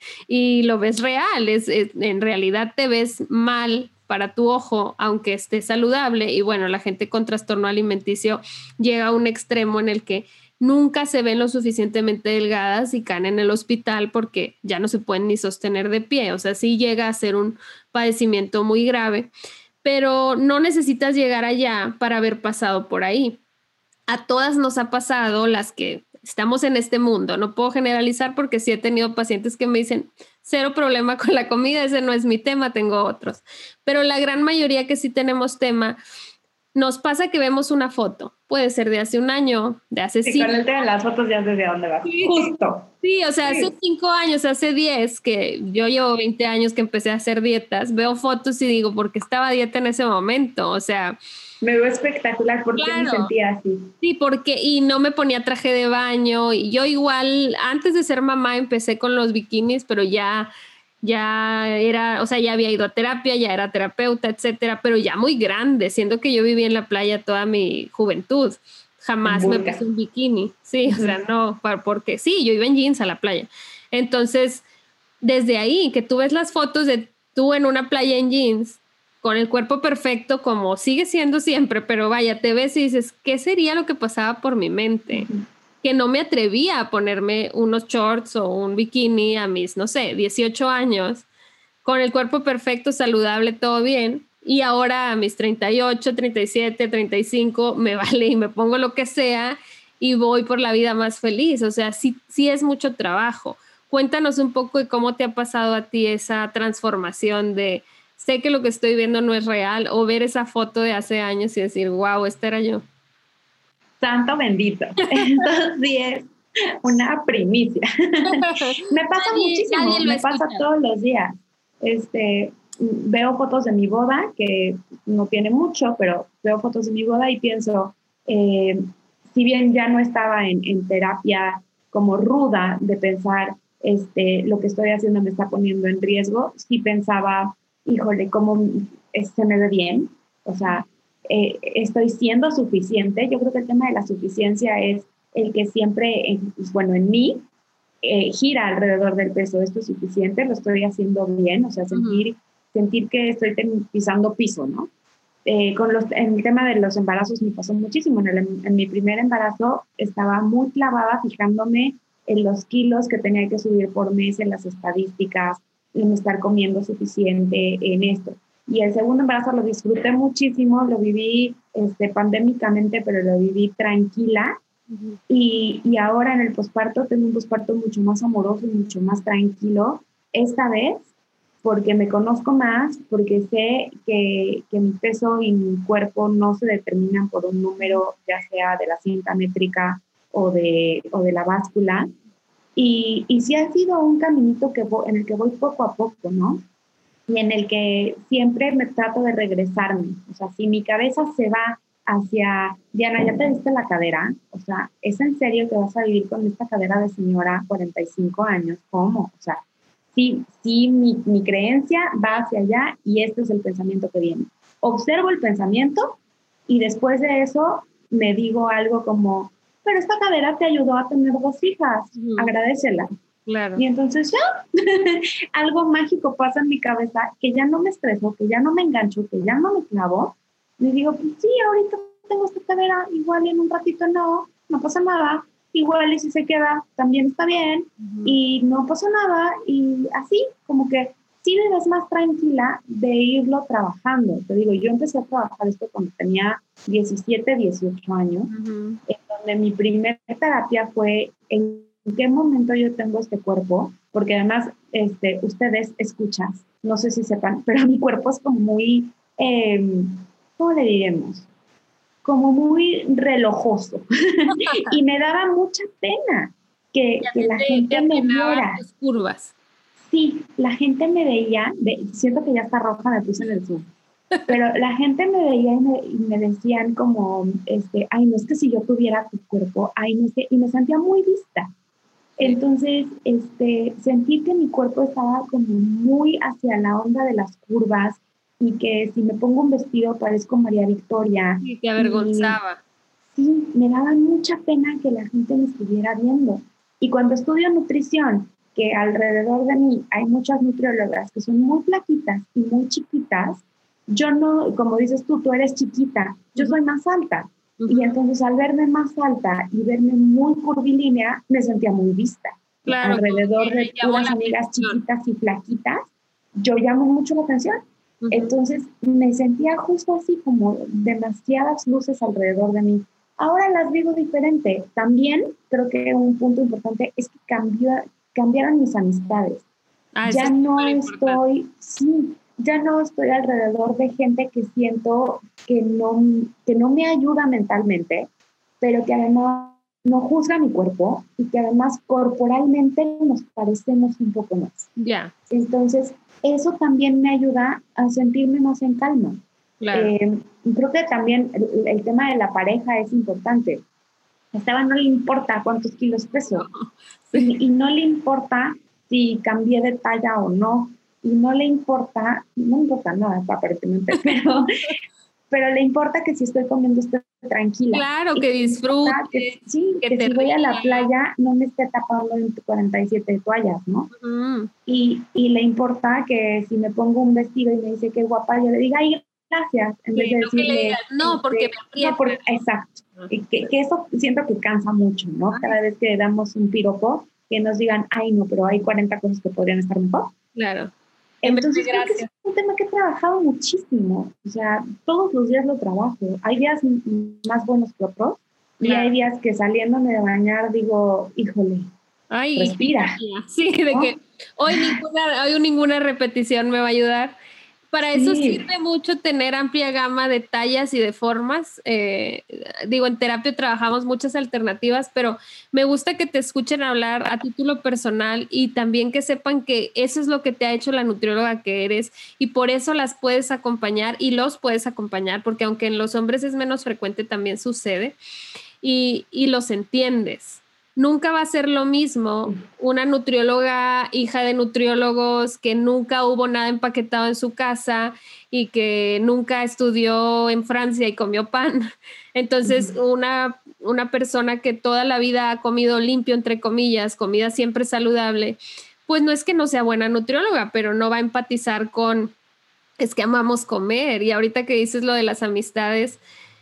y lo ves real, es, es, en realidad te ves mal para tu ojo, aunque esté saludable. Y bueno, la gente con trastorno alimenticio llega a un extremo en el que nunca se ven lo suficientemente delgadas y caen en el hospital porque ya no se pueden ni sostener de pie. O sea, sí llega a ser un padecimiento muy grave. Pero no necesitas llegar allá para haber pasado por ahí. A todas nos ha pasado, las que estamos en este mundo. No puedo generalizar porque sí he tenido pacientes que me dicen, cero problema con la comida, ese no es mi tema, tengo otros. Pero la gran mayoría que sí tenemos tema, nos pasa que vemos una foto. Puede ser de hace un año, de hace sí, cinco. Con el tema de las fotos ya sé de dónde vas. Sí. Justo. Sí, o sea, sí. hace cinco años, hace diez, que yo llevo veinte años que empecé a hacer dietas, veo fotos y digo, ¿por qué estaba a dieta en ese momento? O sea... Me veo espectacular, ¿por qué claro. me sentía así? Sí, porque, y no me ponía traje de baño, y yo igual, antes de ser mamá empecé con los bikinis, pero ya... ya era, o sea, ya había ido a terapia, ya era terapeuta, etcétera, pero ya muy grande, siendo que yo viví en la playa toda mi juventud. Jamás me puse un bikini, sí, uh-huh. o sea, no, porque sí, yo iba en jeans a la playa. Entonces, desde ahí, que tú ves las fotos de tú en una playa en jeans, con el cuerpo perfecto, como sigue siendo siempre, pero vaya, te ves y dices, ¿qué sería lo que pasaba por mi mente? Uh-huh. que no me atrevía a ponerme unos shorts o un bikini a mis, no sé, dieciocho años, con el cuerpo perfecto, saludable, todo bien. Y ahora a mis treinta y ocho, treinta y siete, treinta y cinco me vale y me pongo lo que sea y voy por la vida más feliz. O sea, sí, sí es mucho trabajo. Cuéntanos un poco de cómo te ha pasado a ti esa transformación de sé que lo que estoy viendo no es real, o ver esa foto de hace años y decir, wow, esta era yo. Santo bendito. Entonces sí es una primicia. Me pasa nadie, muchísimo, nadie lo me pasa escucha. todos los días. Este, veo fotos de mi boda, que no tiene mucho, pero veo fotos de mi boda y pienso, eh, si bien ya no estaba en, en terapia como ruda de pensar, este, lo que estoy haciendo me está poniendo en riesgo, sí pensaba, híjole, ¿cómo se me ve bien? O sea, eh, ¿estoy siendo suficiente? Yo creo que el tema de la suficiencia es el que siempre, eh, bueno, en mí, eh, gira alrededor del peso. ¿Esto es suficiente? ¿Lo estoy haciendo bien? O sea, sentir, uh-huh. sentir que estoy pisando piso, ¿no? Eh, con los, en el tema de los embarazos me pasó muchísimo. En, el, en mi primer embarazo estaba muy clavada fijándome en los kilos que tenía que subir por mes, en las estadísticas, en estar comiendo suficiente, en esto. Y el segundo embarazo lo disfruté muchísimo, lo viví este, pandémicamente, pero lo viví tranquila. Uh-huh. Y, y ahora en el posparto tengo un posparto mucho más amoroso y mucho más tranquilo. Esta vez porque me conozco más, porque sé que, que mi peso y mi cuerpo no se determinan por un número, ya sea de la cinta métrica o de, o de la báscula. Y, y sí ha sido un caminito que voy, en el que voy poco a poco, ¿no? Y en el que siempre me trato de regresarme. O sea, si mi cabeza se va hacia, Diana, ¿ya te viste la cadera? O sea, ¿es en serio que vas a vivir con esta cadera de señora cuarenta y cinco años? ¿Cómo? O sea, sí, sí mi, mi creencia va hacia allá y este es el pensamiento que viene. Observo el pensamiento y después de eso me digo algo como, pero esta cadera te ayudó a tener dos hijas, uh-huh. agradécela. Claro. Y entonces ya, algo mágico pasa en mi cabeza, que ya no me estreso, que ya no me engancho, que ya no me clavo. Y digo, pues sí, ahorita tengo esta cadera, igual y en un ratito no, no pasa nada. Igual y si se queda, también está bien. Uh-huh. Y no pasa nada. Y así, como que sí me ves más tranquila de irlo trabajando. Te digo, yo empecé a trabajar esto cuando tenía diecisiete, dieciocho años, uh-huh. en donde mi primera terapia fue en qué momento yo tengo este cuerpo, porque además este, ustedes escuchas, no sé si sepan, pero mi cuerpo es como muy, eh, ¿cómo le diremos? Como muy relojoso. Y me daba mucha pena que, que la gente me viera. Tus curvas. Sí, la gente me veía, de, siento que ya está roja, me puse en el Zoom, pero la gente me veía y me, y me decían como, este, ay, no es que si yo tuviera tu cuerpo, ay, no es que, y me sentía muy vista. Entonces, este, sentí que mi cuerpo estaba como muy hacia la onda de las curvas y que si me pongo un vestido parezco María Victoria. Y te avergonzaba. Y, sí, me daba mucha pena que la gente me estuviera viendo. Y cuando estudio nutrición, que alrededor de mí hay muchas nutriólogas que son muy flaquitas y muy chiquitas, yo no, como dices tú, tú eres chiquita, yo uh-huh. soy más alta. Uh-huh. Y entonces al verme más alta y verme muy curvilínea, me sentía muy vista. Claro, alrededor de puras amigas atención. Chiquitas y flaquitas, yo llamo mucho la atención. Uh-huh. Entonces me sentía justo así, como demasiadas luces alrededor de mí. Ahora las vivo diferente. También creo que un punto importante es que cambió, cambiaron mis amistades. Ah, ya no estoy, sí, ya no estoy alrededor de gente que siento que no, que no me ayuda mentalmente, pero que además no juzga mi cuerpo y que además corporalmente nos parecemos un poco más. Ya. Yeah. Entonces, eso también me ayuda a sentirme más en calma. Claro. Eh, creo que también el, el tema de la pareja es importante. A Esteban no le importa cuántos kilos peso. No. Sí. Y, y no le importa si cambié de talla o no. Y no le importa, no le importa nada aparentemente, pero, pero le importa que si estoy comiendo esté tranquila. Claro, que disfrute. Que, sí, que, que si voy a la playa no me esté tapando en cuarenta y siete toallas, ¿no? Uh-huh. Y, y le importa que si me pongo un vestido y me dice que guapa, yo le diga, ay, gracias, en vez Sí, de no que le decirle, digas, no, porque este, me aprieta. no, porque, exacto, y que, que eso siento que cansa mucho, ¿no? Ay. Cada vez que damos un piropo, que nos digan, ay, no, pero hay cuarenta cosas que podrían estar mejor. Claro. Entonces creo que es un tema que he trabajado muchísimo, o sea, todos los días lo trabajo. Hay días más buenos que otros, y Claro. hay días que saliéndome de bañar digo, híjole, Ay, respira. sí, de ¿no? que hoy ninguna, hoy ninguna repetición me va a ayudar. Para Sí. eso sirve mucho tener amplia gama de tallas y de formas. Eh, digo, en terapia trabajamos muchas alternativas, pero me gusta que te escuchen hablar a título personal y también que sepan que eso es lo que te ha hecho la nutrióloga que eres y por eso las puedes acompañar y los puedes acompañar, porque aunque en los hombres es menos frecuente, también sucede y, y los entiendes. Nunca va a ser lo mismo una nutrióloga, hija de nutriólogos, que nunca hubo nada empaquetado en su casa y que nunca estudió en Francia y comió pan. Entonces, uh-huh. una, una persona que toda la vida ha comido limpio, entre comillas, comida siempre saludable, pues no es que no sea buena nutrióloga, pero no va a empatizar con, es que amamos comer. Y ahorita que dices lo de las amistades,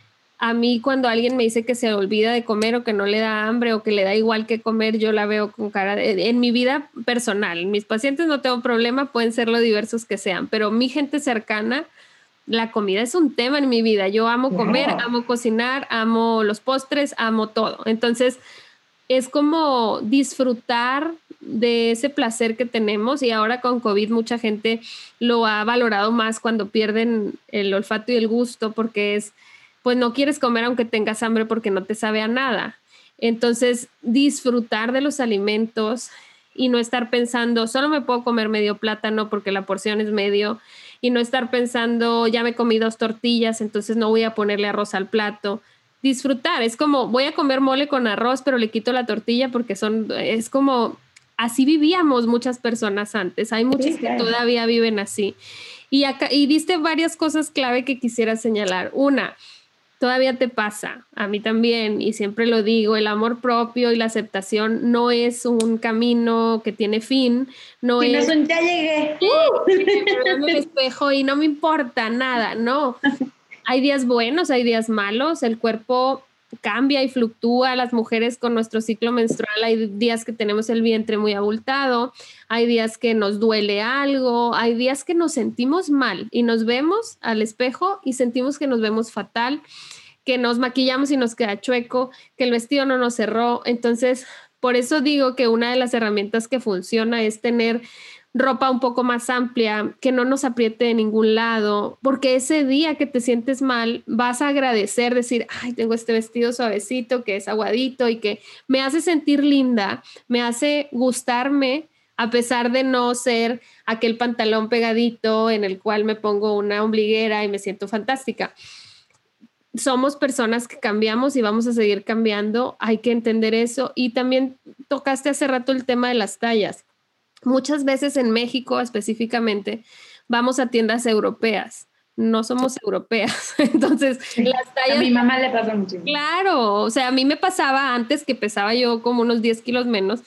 a mí cuando alguien me dice que se olvida de comer o que no le da hambre o que le da igual que comer, yo la veo con cara de, en mi vida personal. Mis pacientes no tengo problema, pueden ser lo diversos que sean, pero mi gente cercana, la comida es un tema en mi vida. Yo amo comer, wow. amo cocinar, amo los postres, amo todo. Entonces es como disfrutar de ese placer que tenemos y ahora con COVID mucha gente lo ha valorado más cuando pierden el olfato y el gusto porque es pues no quieres comer aunque tengas hambre porque no te sabe a nada. Entonces, disfrutar de los alimentos y no estar pensando, solo me puedo comer medio plátano porque la porción es medio, y no estar pensando, ya me comí dos tortillas, entonces no voy a ponerle arroz al plato. Disfrutar, es como, voy a comer mole con arroz, pero le quito la tortilla porque son, es como, así vivíamos muchas personas antes. Hay muchas sí, claro. que todavía viven así. Y, acá, y diste varias cosas clave que quisiera señalar. Una, todavía te pasa, a mí también, y siempre lo digo, el amor propio y la aceptación no es un camino que tiene fin, no si es... no es un ya llegué. Uh, me veo en el espejo y no me importa nada, no. Hay días buenos, hay días malos, el cuerpo cambia y fluctúa, las mujeres con nuestro ciclo menstrual, hay días que tenemos el vientre muy abultado, hay días que nos duele algo, hay días que nos sentimos mal y nos vemos al espejo y sentimos que nos vemos fatal, que nos maquillamos y nos queda chueco, que el vestido no nos cerró. Entonces, por eso digo que una de las herramientas que funciona es tener ropa un poco más amplia, que no nos apriete de ningún lado, porque ese día que te sientes mal vas a agradecer, decir, ay, tengo este vestido suavecito, que es aguadito y que me hace sentir linda, me hace gustarme, a pesar de no ser aquel pantalón pegadito en el cual me pongo una ombliguera y me siento fantástica. Somos personas que cambiamos y vamos a seguir cambiando, hay que entender eso. Y también tocaste hace rato el tema de las tallas. Muchas veces en México específicamente vamos a tiendas europeas, no somos europeas, entonces sí, las tallas... A mi mamá le pasa mucho. Claro, o sea, a mí me pasaba antes que pesaba yo como unos diez kilos menos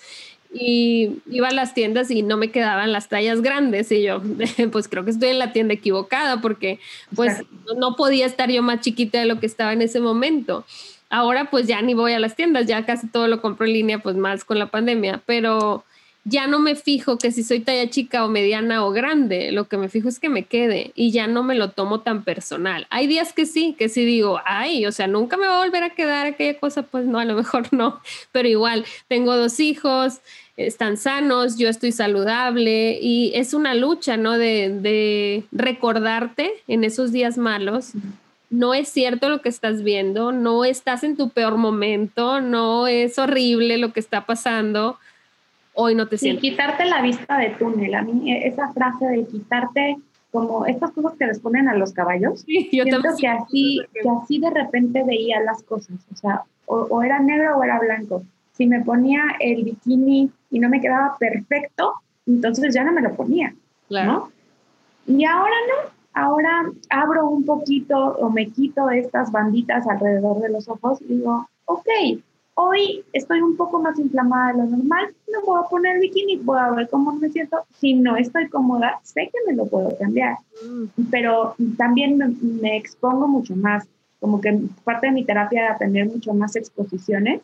y iba a las tiendas y no me quedaban las tallas grandes y yo, pues creo que estoy en la tienda equivocada porque pues no podía estar yo más chiquita de lo que estaba en ese momento. Ahora pues ya ni voy a las tiendas, ya casi todo lo compro en línea, pues más con la pandemia, pero... ya no me fijo que si soy talla chica o mediana o grande, lo que me fijo es que me quede y ya no me lo tomo tan personal. Hay días que sí, que sí digo, ay, o sea, nunca me va a volver a quedar aquella cosa, pues no, a lo mejor no, pero igual, tengo dos hijos, están sanos, yo estoy saludable y es una lucha, ¿no? De, de recordarte en esos días malos. No es cierto lo que estás viendo, no estás en tu peor momento, no es horrible lo que está pasando. Hoy no te sí, sientes. Quitarte la vista de túnel. A mí esa frase de quitarte como estas cosas que les ponen a los caballos, sí, yo siento que así, que así de repente veía las cosas, o sea, o, o era negro o era blanco. Si me ponía el bikini y no me quedaba perfecto, entonces ya no me lo ponía, claro. ¿no? Y ahora no, ahora abro un poquito o me quito estas banditas alrededor de los ojos y digo, ok, hoy estoy un poco más inflamada de lo normal, me voy a poner bikini, voy a ver cómo me siento. Si no estoy cómoda, sé que me lo puedo cambiar, mm. pero también me, me expongo mucho más, como que parte de mi terapia era tener mucho más exposiciones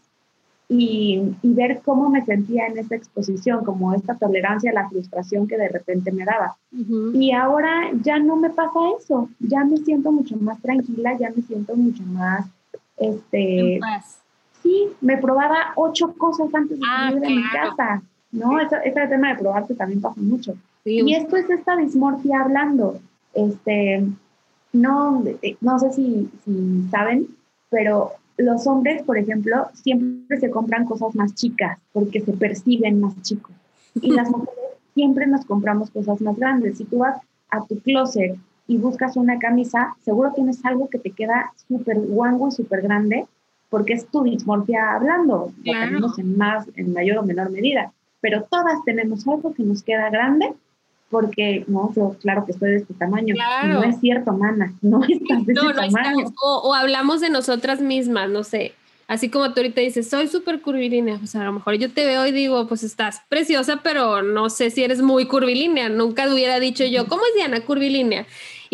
y, y ver cómo me sentía en esa exposición, como esta tolerancia a la frustración que de repente me daba. Uh-huh. Y ahora ya no me pasa eso, ya me siento mucho más tranquila, ya me siento mucho más, este... Sí, me probaba ocho cosas antes de ah, salir de claro. mi casa, ¿no? Eso, ese tema de probarse también pasa mucho. Sí, y esto es esta dismorfia hablando. Este, no, no sé si, si saben, pero los hombres, por ejemplo, siempre se compran cosas más chicas porque se perciben más chicos. Y las mujeres siempre nos compramos cosas más grandes. Si tú vas a tu closet y buscas una camisa, seguro tienes algo que te queda súper guango y súper grande, porque es tu dismorfia hablando, claro. Lo tenemos en más, en mayor o menor medida, pero todas tenemos algo que nos queda grande, porque, no, yo claro que estoy de este tamaño, claro. No es cierto, mana, no estás de no, ese no tamaño. Estás, o, o hablamos de nosotras mismas, no sé, así como tú ahorita dices, soy súper curvilínea, o sea, a lo mejor yo te veo y digo, pues estás preciosa, pero no sé si eres muy curvilínea, nunca hubiera dicho yo, ¿cómo es Diana, curvilínea?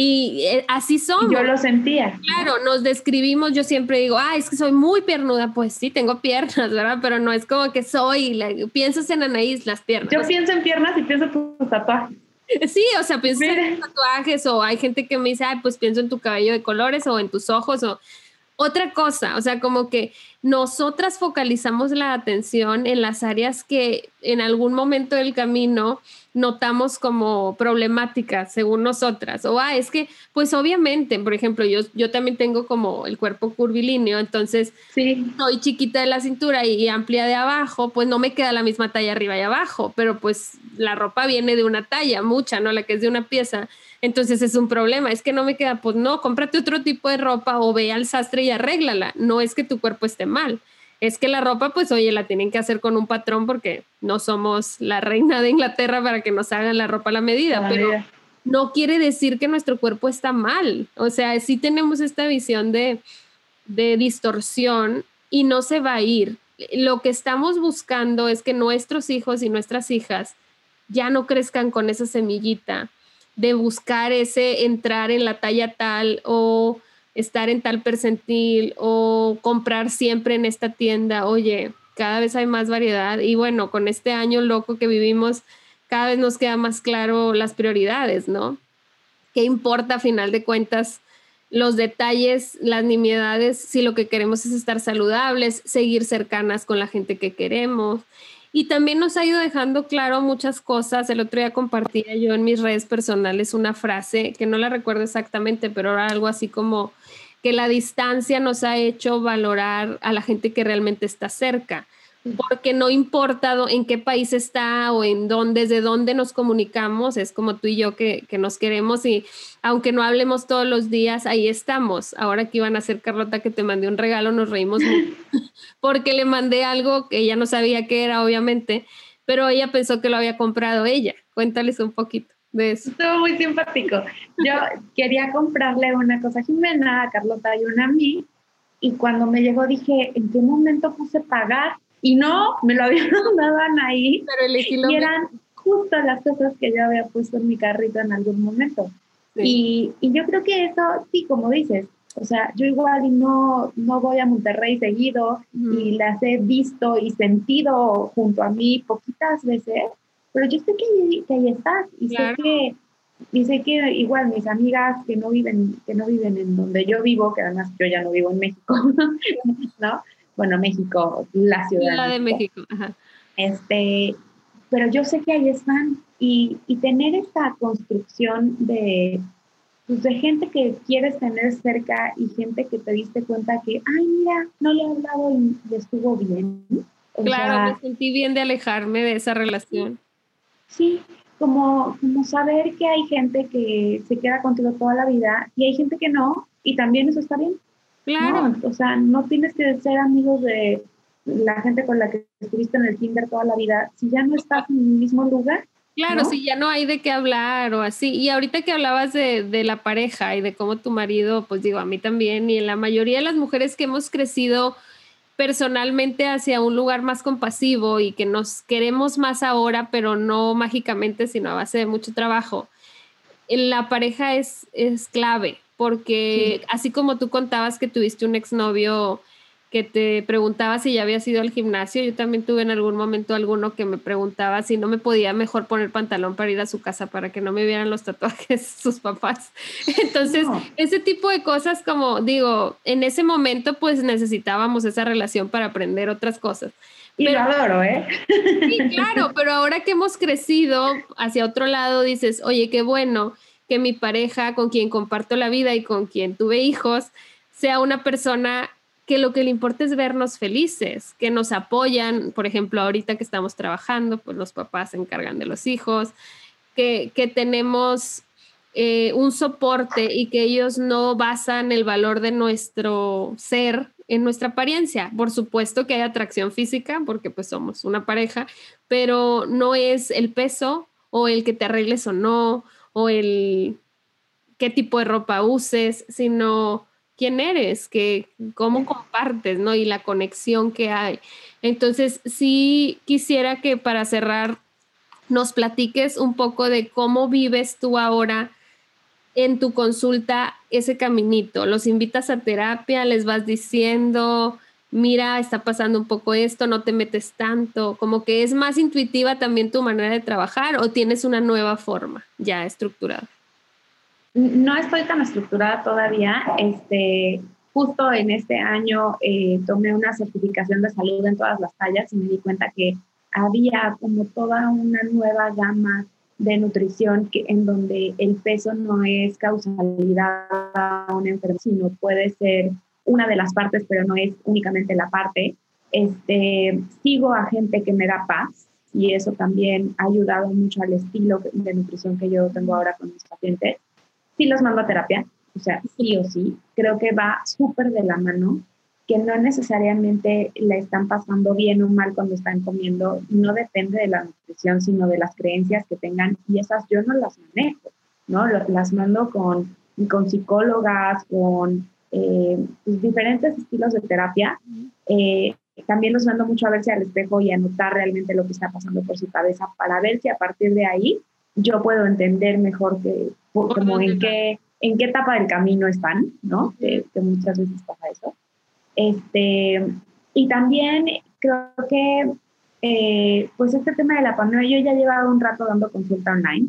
Y eh, así somos. Y yo lo sentía. Claro, ¿no? Nos describimos, yo siempre digo, ah, es que soy muy piernuda, pues sí, tengo piernas, ¿verdad? Pero no es como que soy, la, piensas en Anaís, las piernas. Yo pienso en piernas y pienso en tus tatuajes. Sí, o sea, piensas Mira. en tus tatuajes, o hay gente que me dice, ay, pues pienso en tu cabello de colores o en tus ojos, o otra cosa, o sea, como que nosotras focalizamos la atención en las áreas que en algún momento del camino notamos como problemáticas según nosotras, o ah, es que pues obviamente, por ejemplo, yo, yo también tengo como el cuerpo curvilíneo, entonces sí. Soy chiquita de la cintura y, y amplia de abajo, pues no me queda la misma talla arriba y abajo, pero pues la ropa viene de una talla, mucha, ¿no? La que es de una pieza. Entonces es un problema, es que no me queda, pues no, cómprate otro tipo de ropa o ve al sastre y arréglala. No es que tu cuerpo esté mal, es que la ropa, pues oye, la tienen que hacer con un patrón porque no somos la reina de Inglaterra para que nos hagan la ropa a la medida, a la pero medida. No quiere decir que nuestro cuerpo está mal. O sea, sí tenemos esta visión de, de distorsión y no se va a ir. Lo que estamos buscando es que nuestros hijos y nuestras hijas ya no crezcan con esa semillita de buscar ese entrar en la talla tal o estar en tal percentil o comprar siempre en esta tienda. Oye, cada vez hay más variedad y bueno, con este año loco que vivimos, cada vez nos queda más claro las prioridades, ¿no? ¿Qué importa a final de cuentas los detalles, las nimiedades, si lo que queremos es estar saludables, seguir cercanas con la gente que queremos? Y también nos ha ido dejando claro muchas cosas. El otro día compartía yo en mis redes personales una frase que no la recuerdo exactamente, pero era algo así como que la distancia nos ha hecho valorar a la gente que realmente está cerca, porque no importa en qué país está o en dónde, desde dónde nos comunicamos, es como tú y yo que, que nos queremos y aunque no hablemos todos los días, ahí estamos. Ahora que iban a hacer, Carlota, que te mandé un regalo, nos reímos mucho porque le mandé algo que ella no sabía qué era, obviamente, pero ella pensó que lo había comprado ella. Cuéntales un poquito de eso. Estuvo muy simpático. Yo quería comprarle una cosa a Jimena, a Carlota y una a mí, y cuando me llegó dije, ¿en qué momento puse pagar? Y no, me lo habían dado ahí. Pero elegí lo y eran mismo. Justo las cosas que yo había puesto en mi carrito en algún momento. Sí. Y, y yo creo que eso, sí, como dices, o sea, yo igual y no, no voy a Monterrey seguido mm. y las he visto y sentido junto a mí poquitas veces, pero yo sé que, que ahí estás y claro. sé que y sé que igual mis amigas que no viven que no viven en donde yo vivo, que además yo ya no vivo en México, ¿no? Bueno, México, la ciudad la de México, Ajá. Este, pero yo sé que ahí están y, y tener esta construcción de pues de gente que quieres tener cerca y gente que te diste cuenta que, ay, mira, no le he hablado y le estuvo bien. O claro, sea, me sentí bien de alejarme de esa relación. Sí, como, como saber que hay gente que se queda contigo toda la vida y hay gente que no, y también eso está bien. Claro. ¿No? O sea, no tienes que ser amigos de la gente con la que estuviste en el kinder toda la vida si ya no estás en el mismo lugar. Claro, ¿no? si ya no hay de qué hablar o así. Y ahorita que hablabas de, de la pareja y de cómo tu marido, pues digo, a mí también y en la mayoría de las mujeres que hemos crecido personalmente hacia un lugar más compasivo y que nos queremos más ahora, pero no mágicamente, sino a base de mucho trabajo, la pareja es, es clave, porque sí. Así como tú contabas que tuviste un exnovio que te preguntaba si ya habías ido al gimnasio, yo también tuve en algún momento alguno que me preguntaba si no me podía mejor poner pantalón para ir a su casa para que no me vieran los tatuajes sus papás. Entonces, no. Ese tipo de cosas, como digo, en ese momento pues necesitábamos esa relación para aprender otras cosas. Y pero, lo adoro, ¿eh? Sí, claro, pero ahora que hemos crecido hacia otro lado, dices, oye, qué bueno que mi pareja, con quien comparto la vida y con quien tuve hijos, sea una persona que lo que le importa es vernos felices, que nos apoyan. Por ejemplo, ahorita que estamos trabajando, pues los papás se encargan de los hijos, que, que tenemos eh, un soporte y que ellos no basan el valor de nuestro ser en nuestra apariencia. Por supuesto que hay atracción física porque pues somos una pareja, pero no es el peso o el que te arregles o no, o el qué tipo de ropa uses, sino quién eres, que, cómo compartes, ¿no? Y la conexión que hay. Entonces, sí quisiera que para cerrar nos platiques un poco de cómo vives tú ahora en tu consulta ese caminito. Los invitas a terapia, les vas diciendo, mira, está pasando un poco esto, no te metes tanto, como que es más intuitiva también tu manera de trabajar, o tienes una nueva forma ya estructurada. No estoy tan estructurada todavía. Este, justo en este año eh, tomé una certificación de salud en todas las tallas y me di cuenta que había como toda una nueva gama de nutrición que, en donde el peso no es causalidad a una enfermedad, sino puede ser una de las partes, pero no es únicamente la parte. Este, sigo a gente que me da paz y eso también ha ayudado mucho al estilo de nutrición que yo tengo ahora con mis pacientes. Sí los mando a terapia, o sea, sí o sí. Creo que va súper de la mano, que no necesariamente la están pasando bien o mal cuando están comiendo. No depende de la nutrición, sino de las creencias que tengan, y esas yo no las manejo, ¿no? Las mando con, con psicólogas, con eh, pues, diferentes estilos de terapia. Eh, también los mando mucho a verse al espejo y a notar realmente lo que está pasando por su cabeza para ver si a partir de ahí yo puedo entender mejor que, como en qué, en qué etapa del camino están, ¿no? Que, que muchas veces pasa eso. Este, y también creo que, eh, pues este tema de la pandemia, yo ya llevaba un rato dando consulta online,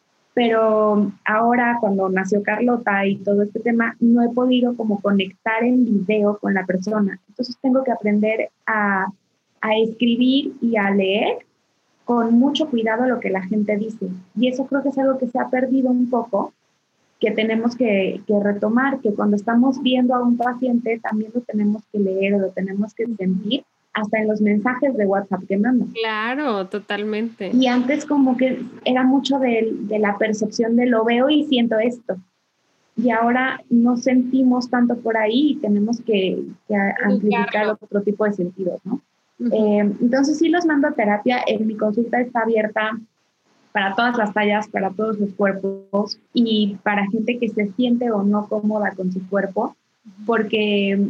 pero ahora cuando nació Carlota y todo este tema, no he podido como conectar en video con la persona. Entonces tengo que aprender a, a escribir y a leer con mucho cuidado lo que la gente dice. Y eso creo que es algo que se ha perdido un poco, que tenemos que, que retomar, que cuando estamos viendo a un paciente también lo tenemos que leer, lo tenemos que sentir, hasta en los mensajes de WhatsApp que mandan. Claro, totalmente. Y antes como que era mucho de, de la percepción de lo veo y siento esto. Y ahora no sentimos tanto por ahí y tenemos que, que amplificar otro tipo de sentidos, ¿no? Uh-huh. Eh, entonces sí los mando a terapia. En mi consulta está abierta para todas las tallas, para todos los cuerpos y para gente que se siente o no cómoda con su cuerpo, porque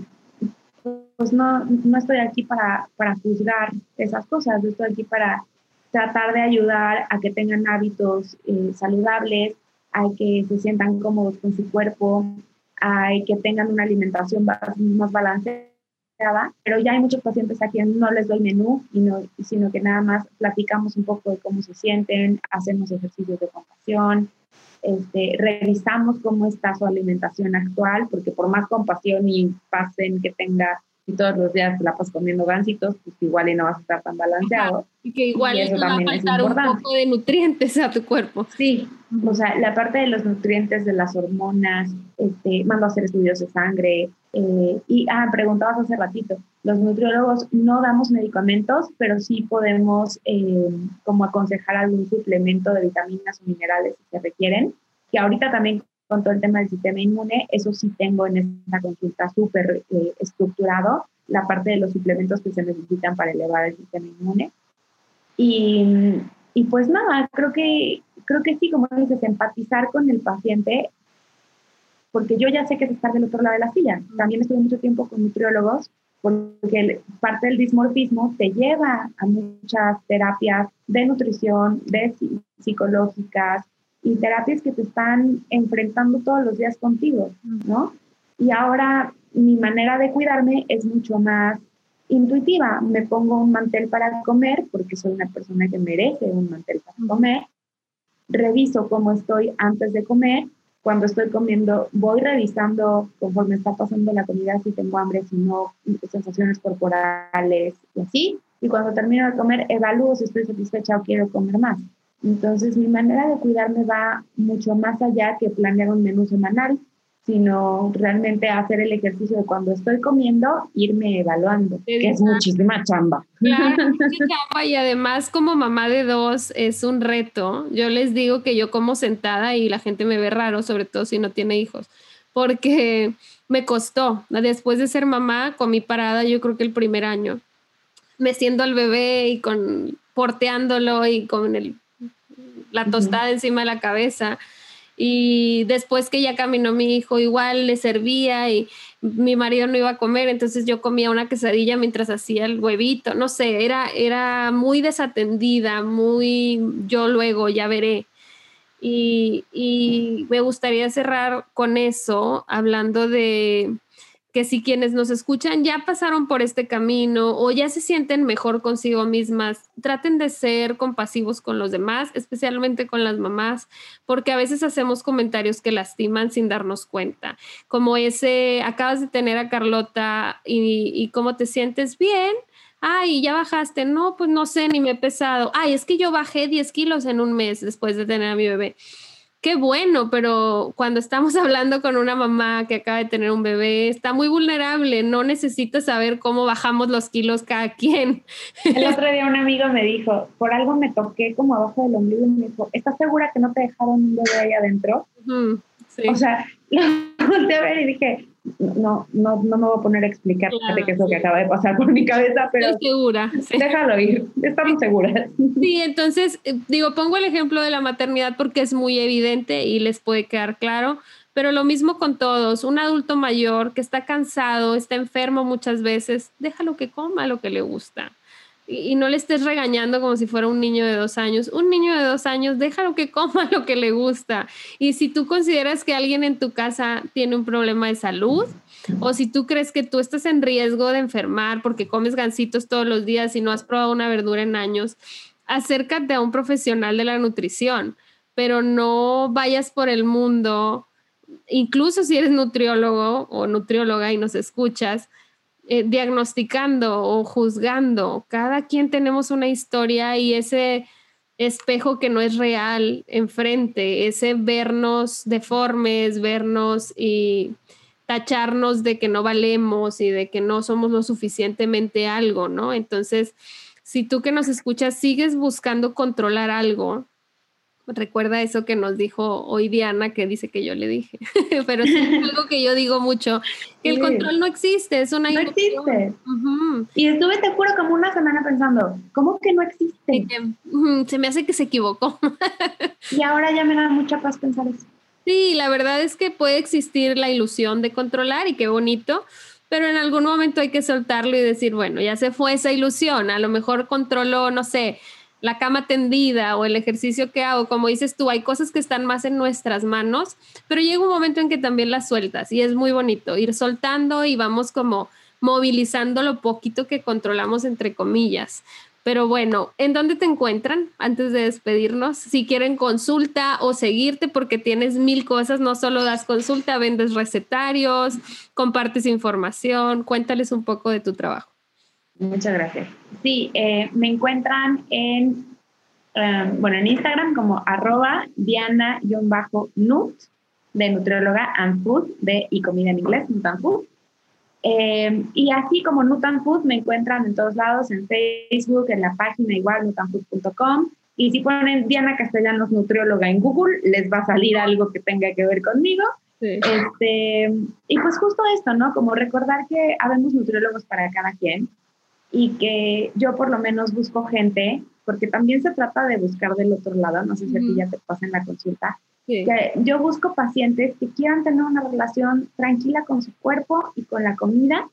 pues no, no estoy aquí para, para juzgar esas cosas, yo estoy aquí para tratar de ayudar a que tengan hábitos eh, saludables, a que se sientan cómodos con su cuerpo, a que tengan una alimentación más, más balanceada. Pero ya hay muchos pacientes a quienes no les doy menú, y no, sino que nada más platicamos un poco de cómo se sienten, hacemos ejercicios de compasión, este, revisamos cómo está su alimentación actual, porque por más compasión y pasen que tenga y todos los días te la pasas comiendo gansitos, pues igual y no vas a estar tan balanceado. Ajá. Y que igual y eso va también a faltar es importante. Un poco de nutrientes a tu cuerpo. Sí, o sea, la parte de los nutrientes, de las hormonas, este, mando a hacer estudios de sangre, eh, y, ah, preguntabas hace ratito, los nutriólogos no damos medicamentos, pero sí podemos eh, como aconsejar algún suplemento de vitaminas o minerales si se requieren, que ahorita también con todo el tema del sistema inmune, eso sí tengo en esta consulta súper eh, estructurado, la parte de los suplementos que se necesitan para elevar el sistema inmune. Y, y pues nada, creo que, creo que sí, como dices, empatizar con el paciente, porque yo ya sé que es estar del otro lado de la silla. También estuve mucho tiempo con nutriólogos porque parte del dismorfismo te lleva a muchas terapias de nutrición, de psicológicas y terapias que te están enfrentando todos los días contigo, ¿no? Y ahora mi manera de cuidarme es mucho más intuitiva. Me pongo un mantel para comer porque soy una persona que merece un mantel para comer. Reviso cómo estoy antes de comer. Cuando estoy comiendo, voy revisando conforme está pasando la comida si tengo hambre, si no, sensaciones corporales y así. Y cuando termino de comer, evalúo si estoy satisfecha o quiero comer más. Entonces, mi manera de cuidarme va mucho más allá que planear un menú semanal, sino realmente hacer el ejercicio de cuando estoy comiendo, irme evaluando, que es muchísima chamba. Claro, mucha chamba, y además como mamá de dos es un reto. Yo les digo que yo como sentada y la gente me ve raro, sobre todo si no tiene hijos, porque me costó. Después de ser mamá, comí parada yo creo que el primer año, meciendo al bebé y con porteándolo y con el, la tostada uh-huh. encima de la cabeza. Y después que ya caminó mi hijo, igual le servía y mi marido no iba a comer, entonces yo comía una quesadilla mientras hacía el huevito, no sé, era, era muy desatendida, muy yo luego ya veré. Y, y me gustaría cerrar con eso, hablando de que si quienes nos escuchan ya pasaron por este camino o ya se sienten mejor consigo mismas, traten de ser compasivos con los demás, especialmente con las mamás, porque a veces hacemos comentarios que lastiman sin darnos cuenta, como ese, acabas de tener a Carlota y, y ¿cómo te sientes? Bien. Ay, ¿ya bajaste? No, pues no sé, ni me he pesado. Ay, es que yo bajé diez kilos en un mes después de tener a mi bebé. Qué bueno, pero cuando estamos hablando con una mamá que acaba de tener un bebé, está muy vulnerable, no necesita saber cómo bajamos los kilos cada quien. El otro día un amigo me dijo, por algo me toqué como abajo del ombligo y me dijo, ¿estás segura que no te dejaron un bebé ahí adentro? Uh-huh, sí. O sea, lo volteé a ver y dije, no, no, no me voy a poner a explicarte claro, qué es lo que acaba de pasar por mi cabeza, pero estoy segura. Sí. Déjalo ir, estamos seguras. Sí, entonces, digo, pongo el ejemplo de la maternidad porque es muy evidente y les puede quedar claro, pero lo mismo con todos. Un adulto mayor que está cansado, está enfermo muchas veces, déjalo que coma lo que le gusta. Y no le estés regañando como si fuera un niño de dos años. Un niño de dos años, déjalo que coma lo que le gusta. Y si tú consideras que alguien en tu casa tiene un problema de salud, o si tú crees que tú estás en riesgo de enfermar porque comes gansitos todos los días y no has probado una verdura en años, acércate a un profesional de la nutrición, pero no vayas por el mundo, incluso si eres nutriólogo o nutrióloga y nos escuchas, Eh, diagnosticando o juzgando. Cada quien tenemos una historia y ese espejo que no es real enfrente, ese vernos deformes, vernos y tacharnos de que no valemos y de que no somos lo suficientemente algo, ¿no? Entonces, si tú que nos escuchas sigues buscando controlar algo, recuerda eso que nos dijo hoy Diana, que dice que yo le dije, pero sí es algo que yo digo mucho, que el control no existe, es una ilusión. No existe. Uh-huh. Y estuve, te juro, como una semana pensando, ¿cómo que no existe? Y que, uh, se me hace que se equivocó. Y ahora ya me da mucha paz pensar eso. Sí, la verdad es que puede existir la ilusión de controlar y qué bonito, pero en algún momento hay que soltarlo y decir, bueno, ya se fue esa ilusión, a lo mejor controló, no sé, la cama tendida o el ejercicio que hago, como dices tú, hay cosas que están más en nuestras manos, pero llega un momento en que también las sueltas y es muy bonito ir soltando y vamos como movilizando lo poquito que controlamos, entre comillas. Pero bueno, ¿en dónde te encuentran antes de despedirnos? Si quieren consulta o seguirte porque tienes mil cosas, no solo das consulta, vendes recetarios, compartes información, cuéntales un poco de tu trabajo. Muchas gracias. Sí, eh, me encuentran en, um, bueno, en Instagram como arroba Diana-Nut, de nutrióloga and food, de y comida en inglés, Nut and Food. Eh, y así como Nut and Food me encuentran en todos lados, en Facebook, en la página igual, nut and food punto com. Y si ponen Diana Castellanos nutrióloga en Google, les va a salir algo que tenga que ver conmigo. Sí. Este, y pues justo esto, ¿no? Como recordar que habemos nutriólogos para cada quien. Y que yo por lo menos busco gente, porque también se trata de buscar del otro lado, no sé si a ti ya te pasa en la consulta, sí. Que yo busco pacientes que quieran tener una relación tranquila con su cuerpo y con la comida,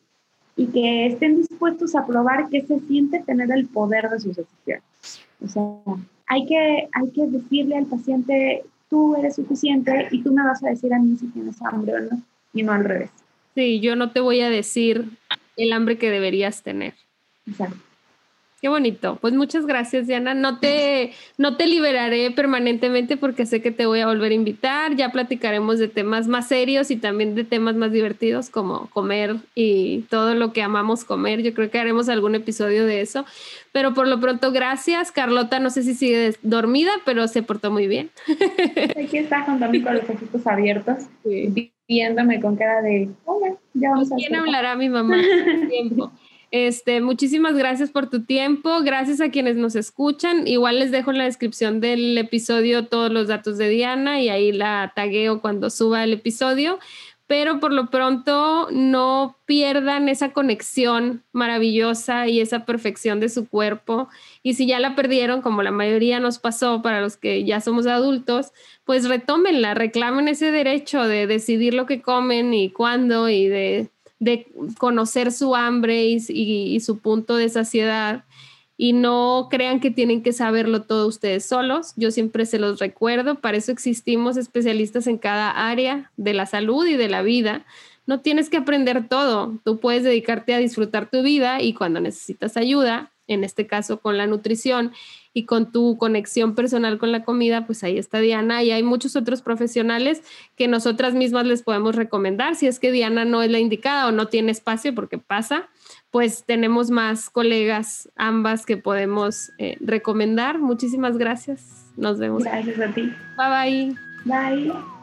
y que estén dispuestos a probar qué se siente tener el poder de sus decisiones. O sea, hay que, hay que decirle al paciente, tú eres suficiente y tú me vas a decir a mí si tienes hambre o no, y no al revés. Sí, yo no te voy a decir el hambre que deberías tener. Exacto. Qué bonito. Pues muchas gracias, Diana. No te, no te liberaré permanentemente porque sé que te voy a volver a invitar. Ya platicaremos de temas más serios y también de temas más divertidos como comer y todo lo que amamos comer. Yo creo que haremos algún episodio de eso. Pero por lo pronto, gracias. Carlota, no sé si sigue dormida, pero se portó muy bien. Aquí está junto a mí con los ojitos abiertos, sí, viéndome con cara de, hola, ya vamos a hacer. ¿Quién hablará mi mamá? Tiempo. Este, muchísimas gracias por tu tiempo, gracias a quienes nos escuchan. Igual les dejo en la descripción del episodio todos los datos de Diana y ahí la tagueo cuando suba el episodio, pero por lo pronto no pierdan esa conexión maravillosa y esa perfección de su cuerpo, y si ya la perdieron, como la mayoría nos pasó para los que ya somos adultos, pues retómenla, reclamen ese derecho de decidir lo que comen y cuándo, y de de conocer su hambre y, y, y su punto de saciedad, y no crean que tienen que saberlo todo ustedes solos. Yo siempre se los recuerdo, para eso existimos especialistas en cada área de la salud y de la vida. No tienes que aprender todo, tú puedes dedicarte a disfrutar tu vida y cuando necesitas ayuda, en este caso con la nutrición y con tu conexión personal con la comida, pues ahí está Diana, y hay muchos otros profesionales que nosotras mismas les podemos recomendar. Si es que Diana no es la indicada o no tiene espacio, porque pasa, pues tenemos más colegas ambas que podemos eh, recomendar. Muchísimas gracias. Nos vemos. Gracias a ti. Bye bye. Bye.